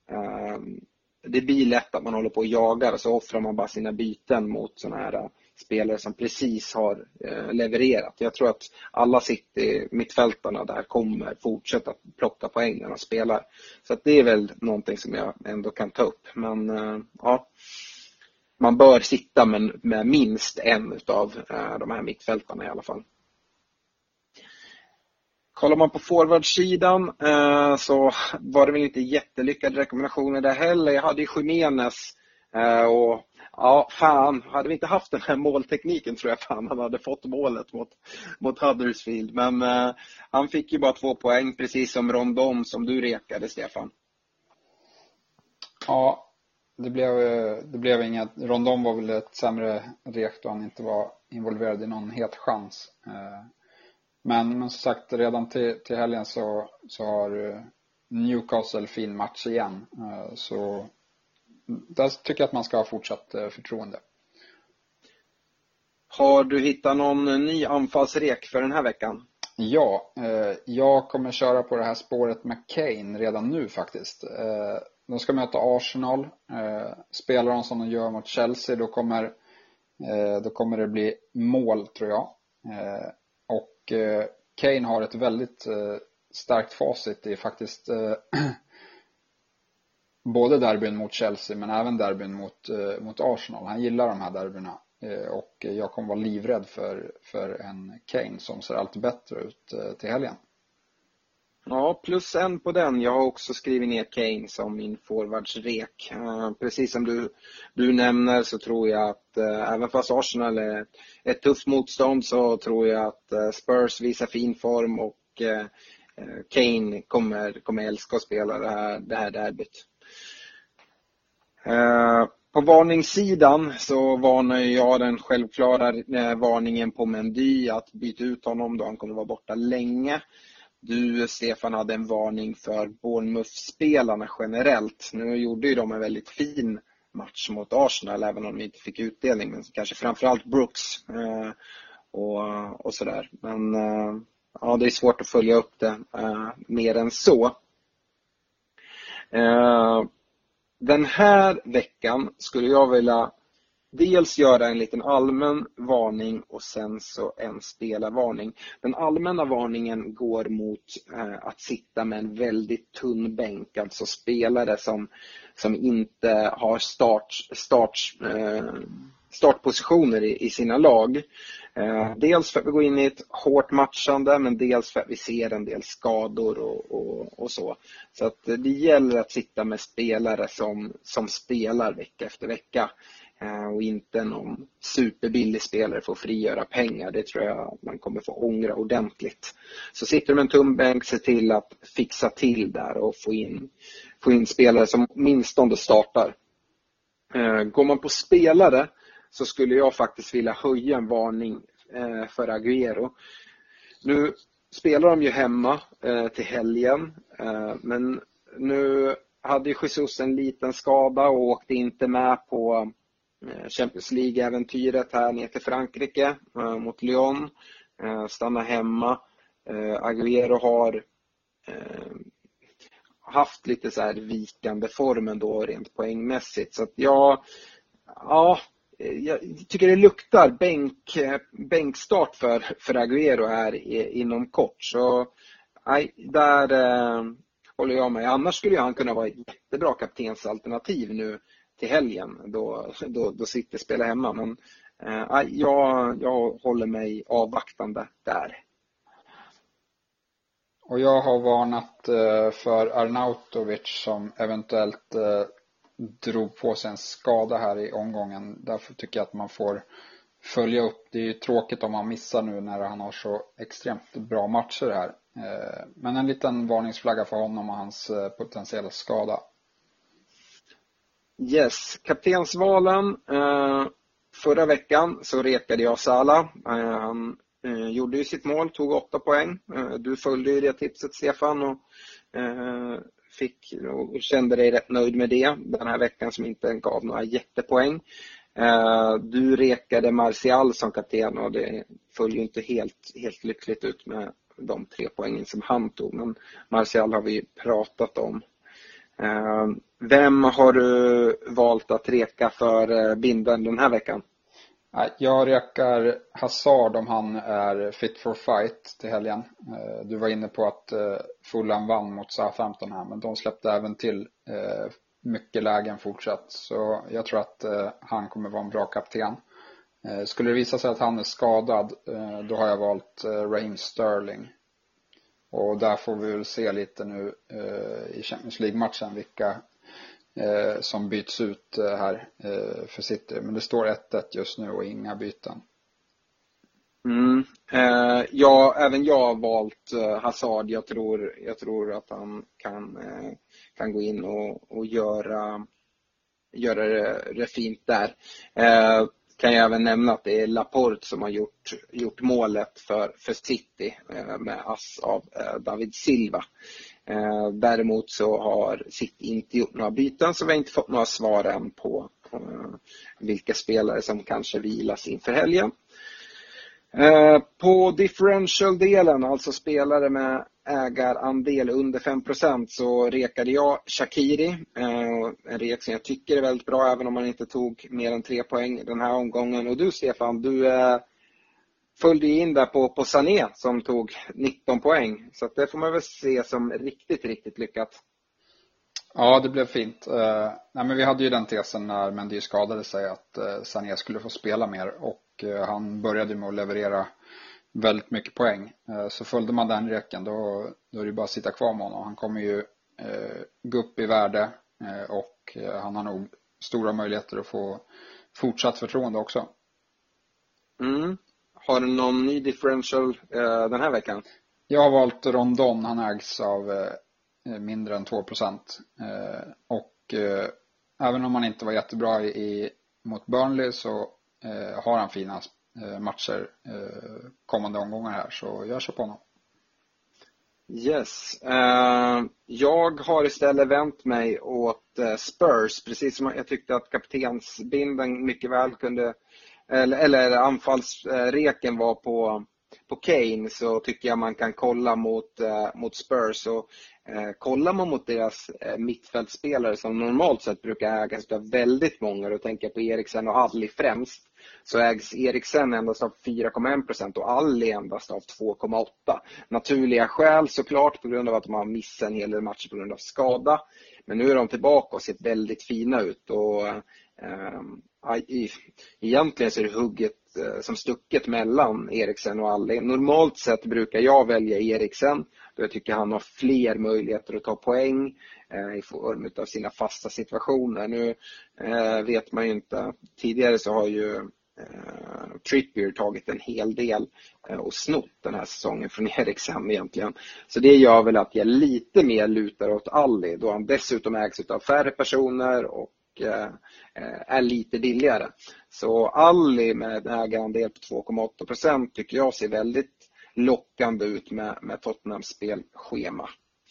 Speaker 3: Det blir lätt att man håller på och jagar och så offrar man bara sina byten mot sådana här spelare som precis har levererat. Jag tror att alla City mittfältarna där kommer fortsätta plocka poäng när de spelar. Så att det är väl någonting som jag ändå kan ta upp. Men ja, man bör sitta med, med minst en av uh, de här mittfältarna i alla fall. Kollar man på forwardsidan eh, så var det väl inte jättelyckade rekommendationer där heller. Jag hade ju Jimenez eh, och ja, fan, hade vi inte haft den här måltekniken tror jag fan han hade fått målet mot, mot Huddersfield. Men eh, han fick ju bara två poäng precis som Rondon som du rekade, Stefan.
Speaker 4: Ja, det blev, det blev inget. Rondon var väl ett sämre rek då han inte var involverad i någon het chans. Eh, Men, men som sagt, redan till, till helgen så, så har Newcastle fin match igen. Så där tycker jag att man ska ha fortsatt förtroende.
Speaker 3: Har du hittat någon ny anfallsrek för den här veckan?
Speaker 4: Ja, jag kommer köra på det här spåret med Kane redan nu faktiskt. De ska möta Arsenal. Spelar de som de gör mot Chelsea, då kommer, då kommer det bli mål tror jag. Och Kane har ett väldigt starkt facit i faktiskt både derbyn mot Chelsea men även derbyn mot, mot Arsenal. Han gillar de här derbyna och jag kommer vara livrädd för, för en Kane som ser allt bättre ut till helgen. Ja,
Speaker 3: plus en på den. Jag har också skrivit ner Kane som min forwardsrek. Precis som du, du nämner så tror jag att även fast Arsenal är ett tufft motstånd så tror jag att Spurs visar fin form och Kane kommer, kommer älska att spela det här, det här derbyt. På varningssidan så varnar jag den självklara varningen på Mendy att byta ut honom då han kommer vara borta länge. Du, Stefan, hade en varning för Bournemouth-spelarna generellt. Nu gjorde ju de en väldigt fin match mot Arsenal, även om de inte fick utdelning. Men kanske framförallt Brooks eh, och, och sådär. Men eh, ja, det är svårt att följa upp det eh, mer än så. Eh, den här veckan skulle jag vilja dels göra en liten allmän varning och sen så en spelarvarning. Den allmänna varningen går mot eh, att sitta med en väldigt tunn bänk. Alltså spelare som, som inte har start, start, eh, startpositioner i, i sina lag. Eh, dels för att vi går in i ett hårt matchande men dels för att vi ser en del skador och, och, och så. Så att det gäller att sitta med spelare som, som spelar vecka efter vecka. Och inte någon superbillig spelare för att frigöra pengar. Det tror jag man kommer få ångra ordentligt. Så sitter du med en tumbänk, se till att fixa till där och få in, få in spelare som minst om det startar. Går man på spelare så skulle jag faktiskt vilja höja en varning för Agüero. Nu spelar de ju hemma till helgen. Men nu hade Jesus en liten skada och åkte inte med på Champions League-äventyret här ner till Frankrike eh, mot Lyon. Eh, stanna hemma. Eh, Agüero har eh, haft lite så här vikande formen då rent poängmässigt. Så att jag, ja, jag tycker det luktar bänk, bänkstart för, för Agüero här i, inom kort. Så nej, där eh, håller jag med. Annars skulle han kunna vara ett jättebra kaptensalternativ nu till helgen då, då, då sitter spela hemma. Men eh, jag, jag håller mig avvaktande där.
Speaker 4: Och jag har varnat eh, för Arnautovic som eventuellt eh, drog på sig en skada här i omgången. Därför tycker jag att man får följa upp. Det är ju tråkigt om han missar nu när han har så extremt bra matcher här. Eh, men en liten varningsflagga för honom och hans eh, potentiella skada.
Speaker 3: Yes, kaptensvalen. Eh, förra veckan så rekade jag Salah. Eh, han eh, gjorde ju sitt mål, tog åtta poäng. Eh, du följde ju det tipset, Stefan, och, eh, fick, och kände dig rätt nöjd med det den här veckan som inte gav några jättepoäng. Eh, du rekade Martial som kapten och det föll ju inte helt, helt lyckligt ut med de tre poängen som han tog. Men Martial har vi pratat om. Vem har du valt att reka för binden den här veckan?
Speaker 4: Jag rekar Hazard om han är fit for fight till helgen. Du var inne på att Fulham vann mot Southampton här, men de släppte även till mycket lägen fortsatt. Så jag tror att han kommer vara en bra kapten. Skulle det visa sig att han är skadad, då har jag valt Raheem Sterling. Och där får vi väl se lite nu eh, i Champions League-matchen vilka eh, som byts ut eh, här eh, för City. Men det står ett ett just nu och inga byten.
Speaker 3: Mm. Eh, ja, även jag har valt eh, Hazard. Jag tror, jag tror att han kan, eh, kan gå in och, och göra, göra det, det fint där. Eh, kan jag även nämna att det är Laporte som har gjort, gjort målet för, för City eh, med ass av eh, David Silva. Eh, däremot så har City inte gjort några byten, så vi har inte fått några svar än på eh, vilka spelare som kanske vilas inför helgen. Eh, på differential-delen, alltså spelare med ägarandel under fem procent, så rekade jag Shaqiri. Eh, en rek som jag tycker är väldigt bra, även om man inte tog mer än tre poäng den här omgången. Och du, Stefan, du eh, följde in där på, på Sané som tog nitton poäng. Så att det får man väl se som riktigt, riktigt lyckat.
Speaker 4: Ja, det blev fint. Eh, nej, men vi hade ju den tesen när Mendy skadade sig att eh, Sané skulle få spela mer. Och eh, han började med att leverera väldigt mycket poäng. Eh, så följde man den reken, då, då är det bara att sitta kvar med honom. Han kommer ju eh, gå upp i värde eh, och eh, han har nog stora möjligheter att få fortsatt förtroende också.
Speaker 3: Mm. Har du någon ny differential eh, den här veckan?
Speaker 4: Jag har valt Rondon. Han ägs av eh, mindre än två procent. Eh, och eh, även om han inte var jättebra i, mot Burnley, så eh, har han fina eh, matcher eh, kommande omgångar här. Så jag kör på honom.
Speaker 3: Yes. Uh, jag har istället vänt mig åt uh, Spurs. Precis som jag tyckte att kaptensbinden mycket väl kunde, eller, eller anfallsreken var på, på Kane, så tycker jag man kan kolla mot, uh, mot Spurs. Och uh, kollar man mot deras uh, mittfältspelare som normalt sett brukar ägas av väldigt många, då tänker jag på Eriksen och Alli främst, så ägs Eriksen endast av fyra komma en procent och Alli endast av två komma åtta. Naturliga skäl såklart, på grund av att de har missat en hel del matcher på grund av skada. Men nu är de tillbaka och ser väldigt fina ut. Och eh, egentligen så är det hugget eh, som stucket mellan Eriksen och Alli. Normalt sett brukar jag välja Eriksen, då jag tycker han har fler möjligheter att ta poäng eh, i form av sina fasta situationer. Nu eh, vet man ju inte. Tidigare så har ju Uh, Trippier tagit en hel del uh, och snott den här säsongen från Eriksen egentligen. Så det gör väl att jag lite mer lutar åt Alli, då han dessutom ägs av färre personer och uh, uh, är lite billigare. Så Alli med en ägarandel på två komma åtta procent tycker jag ser väldigt lockande ut med, med Tottenhams spelschema.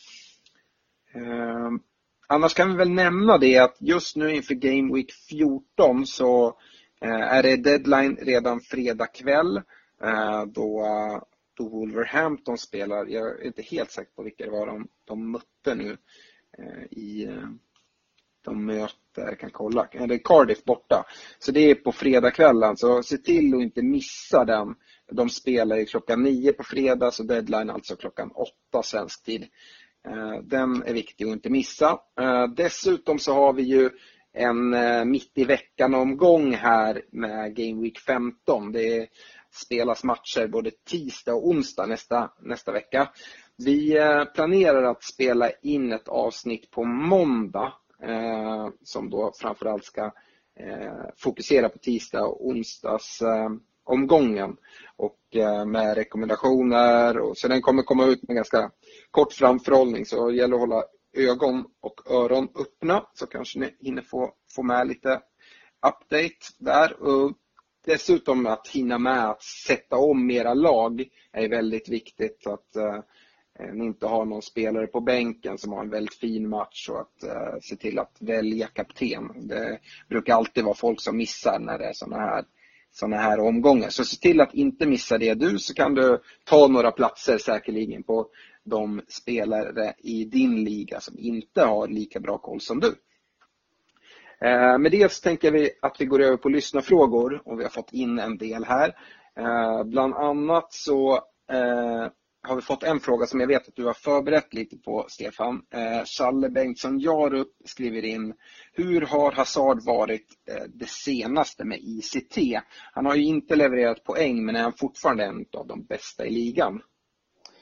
Speaker 3: Uh, annars kan vi väl nämna det att just nu inför Game Week fjorton så är det deadline redan fredag kväll, då, då Wolverhampton spelar. Jag är inte helt säker på vilka det var de, de mötte nu. I, de möter, kan kolla, det är Cardiff borta. Så det är på fredag kväll, så se till att inte missa den. De spelar klockan nio på fredag, så deadline alltså klockan åtta svensk tid. Den är viktig att inte missa. Dessutom så har vi ju en eh, mitt i veckan omgång här med Game Week femton. Det spelas matcher både tisdag och onsdag nästa, nästa vecka. Vi eh, planerar att spela in ett avsnitt på måndag eh, som då framförallt ska eh, fokusera på tisdag och onsdags eh, omgången och eh, med rekommendationer. Och, så den kommer komma ut med ganska kort framförhållning, så det gäller att hålla ögon och öron öppna, så kanske ni hinner få, få med lite update där. Och dessutom att hinna med att sätta om era lag är väldigt viktigt, så att eh, ni inte har någon spelare på bänken som har en väldigt fin match, och att eh, se till att välja kapten. Det brukar alltid vara folk som missar när det är såna här, såna här omgångar. Så se till att inte missa det du, så kan du ta några platser säkerligen på de spelare i din liga som inte har lika bra koll som du. Eh, med det så tänker vi att vi går över på lyssnarfrågor, och vi har fått in en del här. Eh, bland annat så eh, har vi fått en fråga som jag vet att du har förberett lite på, Stefan. Eh, Challe Bengtsson Jarup skriver in: hur har Hazard varit eh, det senaste med I C T? Han har ju inte levererat poäng, men är han fortfarande en av de bästa i ligan?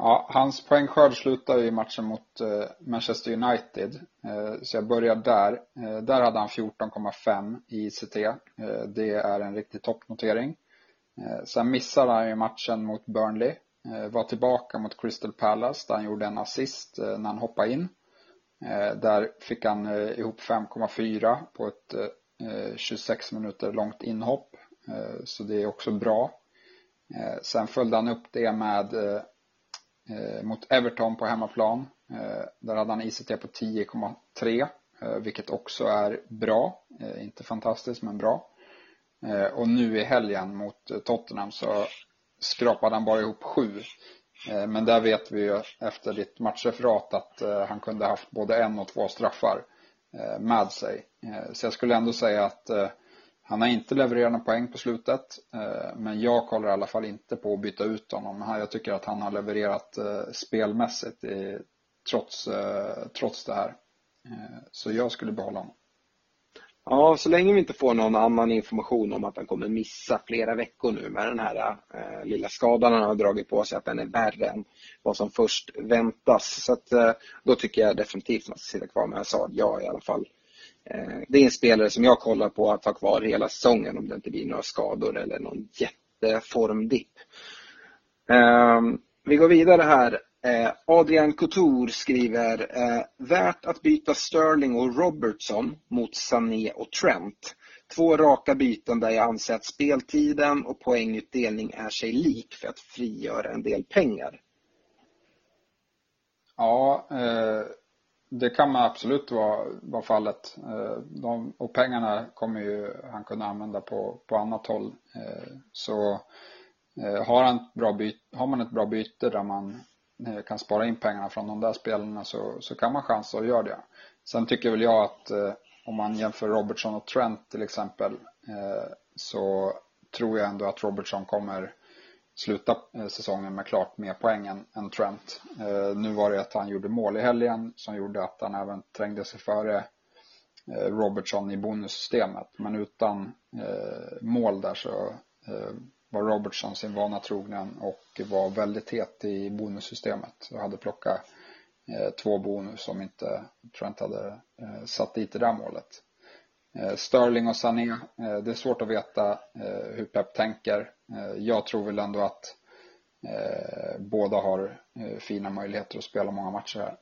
Speaker 4: Ja, hans poängskörd slutar i matchen mot eh, Manchester United. Eh, så jag börjar där. Eh, där hade han fjorton komma fem i I C T. Eh, det är en riktig toppnotering. Eh, sen missade han ju matchen mot Burnley. Eh, var tillbaka mot Crystal Palace där han gjorde en assist eh, när han hoppade in. Eh, där fick han eh, ihop fem komma fyra på ett eh, tjugosex minuter långt inhopp. Eh, så det är också bra. Eh, sen följde han upp det med eh, mot Everton på hemmaplan. Eh, där hade han I C T på tio komma tre. Eh, vilket också är bra. Eh, inte fantastiskt men bra. Eh, och nu i helgen mot Tottenham så skrapade han bara ihop sju. Eh, men där vet vi ju efter ditt matchreferat att eh, han kunde haft både en och två straffar eh, med sig. Eh, så jag skulle ändå säga att eh, han har inte levererat någon poäng på slutet. Eh, men jag kollar i alla fall inte på att byta ut honom. Jag tycker att han har levererat eh, spelmässigt i, trots, eh, trots det här. Eh, så jag skulle behålla honom.
Speaker 3: Ja, så länge vi inte får någon annan information om att han kommer missa flera veckor nu med den här eh, lilla skadan han har dragit på sig, att den är värre än vad som först väntas. Så att, eh, då tycker jag definitivt att man ska sitta kvar med Hazard. Ja, i alla fall. Eh, det är en spelare som jag kollar på att ha kvar hela säsongen om det inte blir några skador eller någon jätteformdipp. Eh, vi går vidare här. Eh, Adrian Couture skriver eh, värt att byta Sterling och Robertson mot Sané och Trent. Två raka byten där jag anser att speltiden och poängutdelning är sig lik för att frigöra en del pengar.
Speaker 4: Ja, eh, det kan man absolut vara, vara fallet. Eh, de, och pengarna kommer ju han kunna använda på, på annat håll. Eh, så eh, har, han ett bra byte, har man ett bra byte där man kan spara in pengarna från de där spelarna så, så kan man chansa att göra det. Sen tycker väl jag att eh, om man jämför Robertson och Trent till exempel eh, så tror jag ändå att Robertson kommer sluta eh, säsongen med klart mer poäng än, än Trent. Eh, nu var det att han gjorde mål i helgen som gjorde att han även trängde sig före eh, Robertson i bonussystemet. Men utan eh, mål där så eh, var Robertson sin vana trogen och var väldigt het i bonussystemet. Jag hade plockat eh, två bonus som inte Trent hade eh, satt dit i det där målet. Eh, Sterling och Sané, eh, det är svårt att veta eh, hur Pep tänker. Eh, jag tror väl ändå att eh, båda har eh, fina möjligheter att spela många matcher här.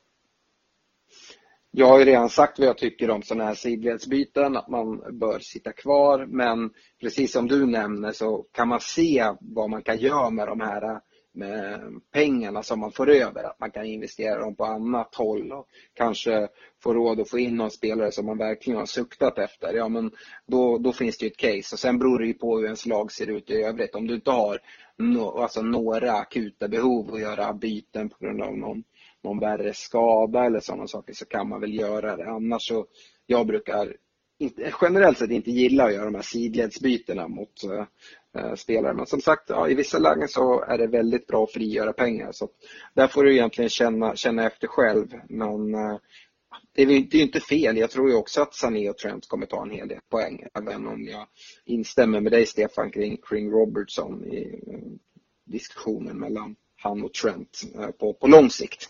Speaker 3: Jag har ju redan sagt vad jag tycker om sådana här sidledsbyten, att man bör sitta kvar. Men precis som du nämner så kan man se vad man kan göra med de här med pengarna som man får över. Att man kan investera dem på annat håll och kanske få råd att få in någon spelare som man verkligen har suktat efter. Ja, men då, då finns det ju ett case. Och sen beror det ju på hur ens lag ser ut i övrigt. Om du inte har no, alltså några akuta behov att göra byten på grund av någon någon värre skada eller sådana saker så kan man väl göra det. Annars så, jag brukar inte, generellt sett inte gilla att göra de här sidledsbytena mot äh, spelare. Men som sagt, ja, i vissa lägen så är det väldigt bra att frigöra pengar. Så där får du egentligen känna, känna efter själv. Men äh, det är ju inte, inte fel. Jag tror ju också att Sané och Trent kommer ta en hel del poäng. Även om jag instämmer med dig, Stefan, kring, kring Robertson i äh, diskussionen mellan han och Trent på, på lång sikt.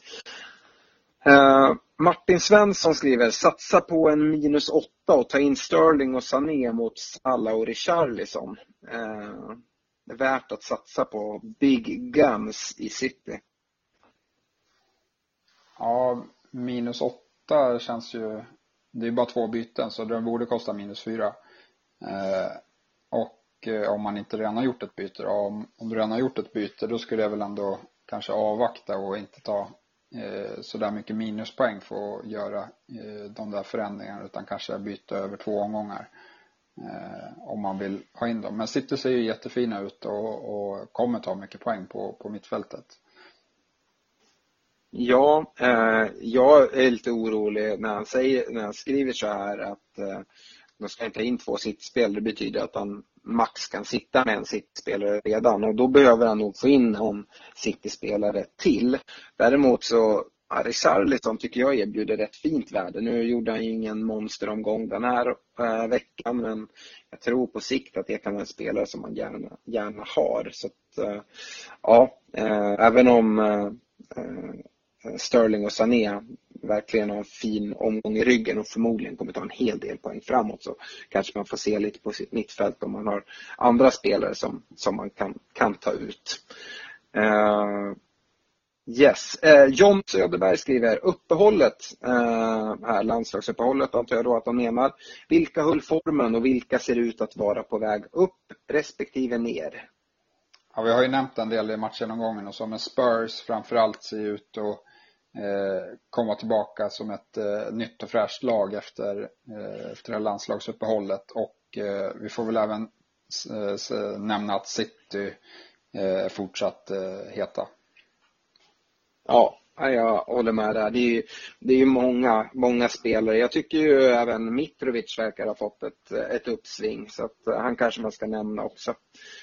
Speaker 3: Uh, Martin Svensson skriver satsa på en minus åtta och ta in Sterling och Sané mot Salah och Richarlison. Uh, det är värt att satsa på Big Guns i City.
Speaker 4: Ja, minus åtta känns ju, det är bara två byten så den borde kosta minus fyra. Uh, och om man inte redan har gjort ett byte. Om, om du redan har gjort ett byte då skulle jag väl ändå kanske avvakta och inte ta eh, så där mycket minuspoäng för att göra eh, de där förändringarna utan kanske byta över två omgångar eh, om man vill ha in dem. Men City ser ju jättefina ut och, och kommer ta mycket poäng på, på mittfältet.
Speaker 3: Ja, eh, jag är lite orolig när han, säger, när han skriver så här att eh, de ska inte in två sittspel. Det betyder att han max kan sitta med en sittspelare redan. Och då behöver han nog få in en sittspelare till. Däremot så Richarlison tycker jag erbjuder rätt fint värde. Nu gjorde han ju ingen monsteromgång den här äh, veckan. Men jag tror på sikt att det kan vara en spelare som man gärna, gärna har. Så att, äh, ja, äh, även om äh, eh, Sterling och Sané verkligen har en fin omgång i ryggen och förmodligen kommer ta en hel del poäng framåt, så kanske man får se lite på sitt mittfält om man har andra spelare som, som man kan, kan ta ut. Uh, yes, uh, John Söderberg skriver uppehållet, uh, här landslagsuppehållet antar jag då att de menar. Vilka höll formen och vilka ser ut att vara på väg upp respektive ner?
Speaker 4: Ja, vi har ju nämnt en del i matchgenomgången och som en Spurs framförallt ser ut att eh, komma tillbaka som ett eh, nytt och fräscht lag efter, eh, efter det här landslagsuppehållet. Och eh, vi får väl även s- nämna att City är eh, fortsatt eh, heta.
Speaker 3: Ja, jag håller med där. Det är ju, det är ju många, många spelare. Jag tycker ju även Mitrovic verkar ha fått ett, ett uppsving, så att han kanske man ska nämna också.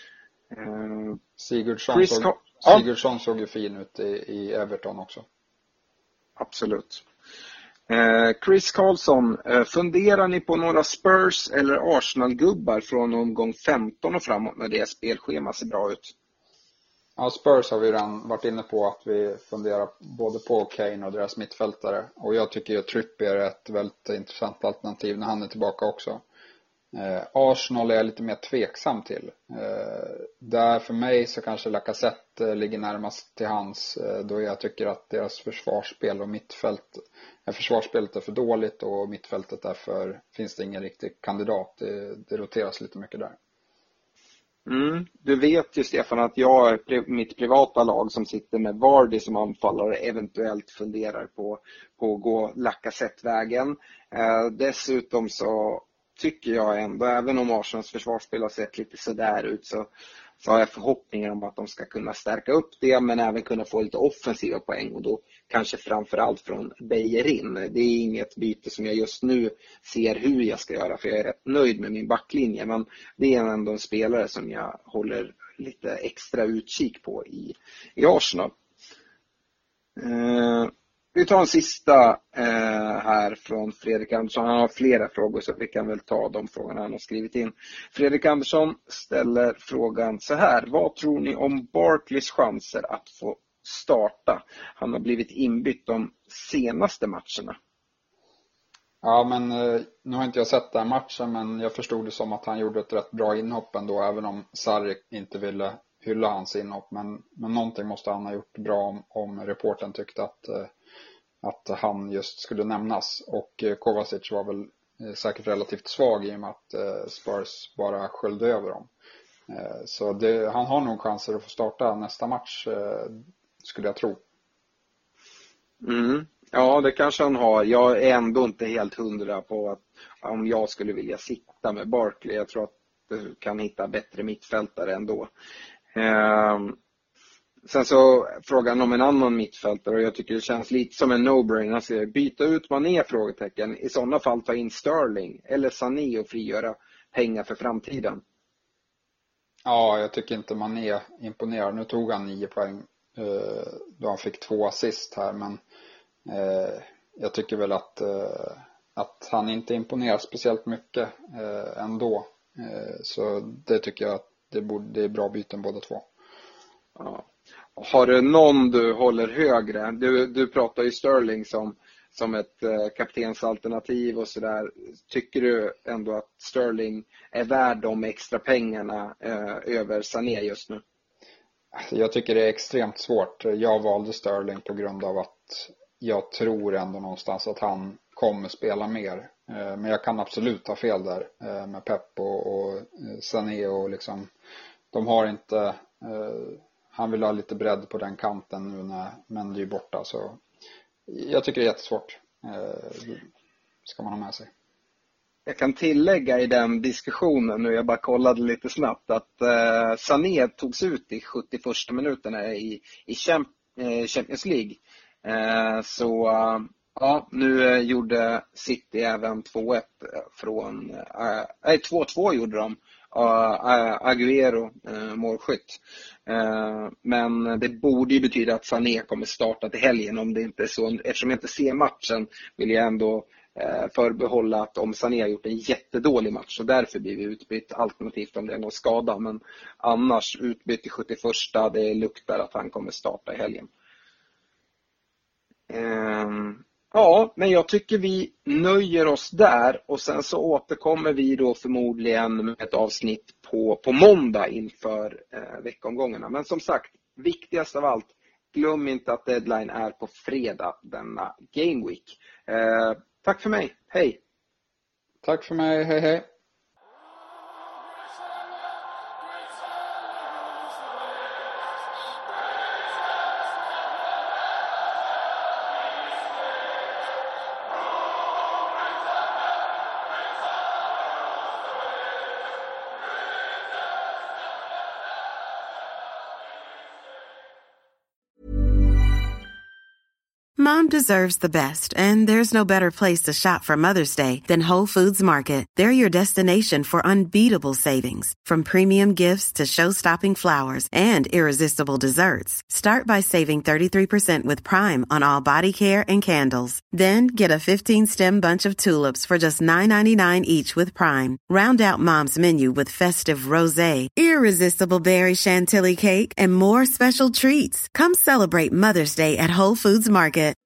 Speaker 3: Uh,
Speaker 4: Sigurdsson, såg,
Speaker 3: ja.
Speaker 4: Sigurdsson såg ju fin ut i, i Everton också.
Speaker 3: Absolut. Uh, Chris Karlsson, uh, funderar ni på några Spurs eller Arsenal-gubbar från omgång femton och framåt när deras spelschema ser bra ut?
Speaker 4: Ja, Spurs har vi redan varit inne på att vi funderar både på Kane och deras mittfältare. Och jag tycker ju att Trippier är ett väldigt intressant alternativ när han är tillbaka också. Eh, Arsenal är jag lite mer tveksam till. Eh, där för mig så kanske Lacazette eh, ligger närmast till hans. Eh, då jag tycker att deras försvarsspel och mittfält, eh, försvarsspelet är för dåligt och mittfältet därför finns det ingen riktig kandidat. Det, det roteras lite mycket där.
Speaker 3: Mm. Du vet ju Stefan att jag, mitt privata lag som sitter med Vardy som anfallare, eventuellt funderar på, på att gå Lacazette-vägen. Eh, dessutom så tycker jag ändå, även om Arsenals försvarsspel har sett lite sådär ut, så, så har jag förhoppningar om att de ska kunna stärka upp det, men även kunna få lite offensiva poäng, och då kanske framförallt från Bellerin. Det är inget byte som jag just nu ser hur jag ska göra, för jag är rätt nöjd med min backlinje, men det är ändå en spelare som jag håller lite extra utkik på i, i Arsenal. Uh, Vi tar en sista eh, här från Fredrik Andersson. Han har flera frågor så vi kan väl ta de frågorna han har skrivit in. Fredrik Andersson ställer frågan så här. Vad tror ni om Barkleys chanser att få starta? Han har blivit inbytt de senaste matcherna.
Speaker 4: Ja, men eh, nu har inte jag sett den matchen, men jag förstod det som att han gjorde ett rätt bra inhopp ändå, även om Sarri inte ville hylla hans inhopp. Men, men någonting måste han ha gjort bra om, om reporten tyckte att eh, att han just skulle nämnas, och Kovacic var väl säkert relativt svag i och med att Spurs bara sköljde över dem. Så det, han har nog chanser att få starta nästa match, skulle jag tro. Mm.
Speaker 3: Ja, det kanske han har. Jag är ändå inte helt hundra på att om jag skulle vilja sitta med Barkley. Jag tror att du kan hitta bättre mittfältare ändå. Um, Sen så frågan om en annan mittfältare, och jag tycker det känns lite som en no-brainer. Alltså, byta ut Mané, frågetecken. I sådana fall ta in Sterling eller Sané och frigöra pengar för framtiden.
Speaker 4: Ja, jag tycker inte Mané imponerar. Nu tog han nio poäng eh, då han fick två assist här, men eh, jag tycker väl att, eh, att han inte imponerar speciellt mycket eh, ändå. Eh, så det tycker jag att det, borde, det är bra byten båda två.
Speaker 3: Ja. Har du någon du håller högre? Du, du pratar ju Sterling som, som ett eh, kaptensalternativ och sådär. Tycker du ändå att Sterling är värd de extra pengarna eh, över Sané just nu?
Speaker 4: Jag tycker det är extremt svårt. Jag valde Sterling på grund av att jag tror ändå någonstans att han kommer spela mer. Eh, men jag kan absolut ha fel där eh, med Pep och, och Sané och liksom, de har inte... Eh, Han vill ha lite bredd på den kanten nu när Mendy är borta. Så jag tycker det är jättesvårt. Eh, ska man ha med sig.
Speaker 3: Jag kan tillägga i den diskussionen nu, jag bara kollade lite snabbt, att eh, Sané togs ut i sjuttioförsta minuterna i, i Champions League. Eh, så eh, ja, nu eh, gjorde City även två ett från... Eh, nej, två två gjorde de. Uh, Agüero, uh, målskytt. Uh, men det borde ju betyda att Sané kommer starta till helgen om det inte är så. Eftersom jag inte ser matchen vill jag ändå uh, förbehålla att om Sané har gjort en jättedålig match, så därför blir vi utbytt, alternativt om det är någon skada. Men annars utbytt i sjuttioförsta, det luktar att han kommer starta i helgen. Um, ja, men jag tycker vi nöjer oss där och sen så återkommer vi då förmodligen med ett avsnitt på, på måndag inför eh, veckomgångarna. Men som sagt, viktigast av allt, glöm inte att deadline är på fredag denna Game Week. Eh, tack för mig, hej!
Speaker 4: Tack för mig, hej hej!
Speaker 5: Mom deserves the best, and there's no better place to shop for Mother's Day than Whole Foods Market. They're your destination for unbeatable savings, from premium gifts to show-stopping flowers and irresistible desserts. Start by saving thirty-three percent with Prime on all body care and candles. Then get a fifteen-stem bunch of tulips for just nine ninety-nine each with Prime. Round out Mom's menu with festive rosé, irresistible berry chantilly cake, and more special treats. Come celebrate Mother's Day at Whole Foods Market.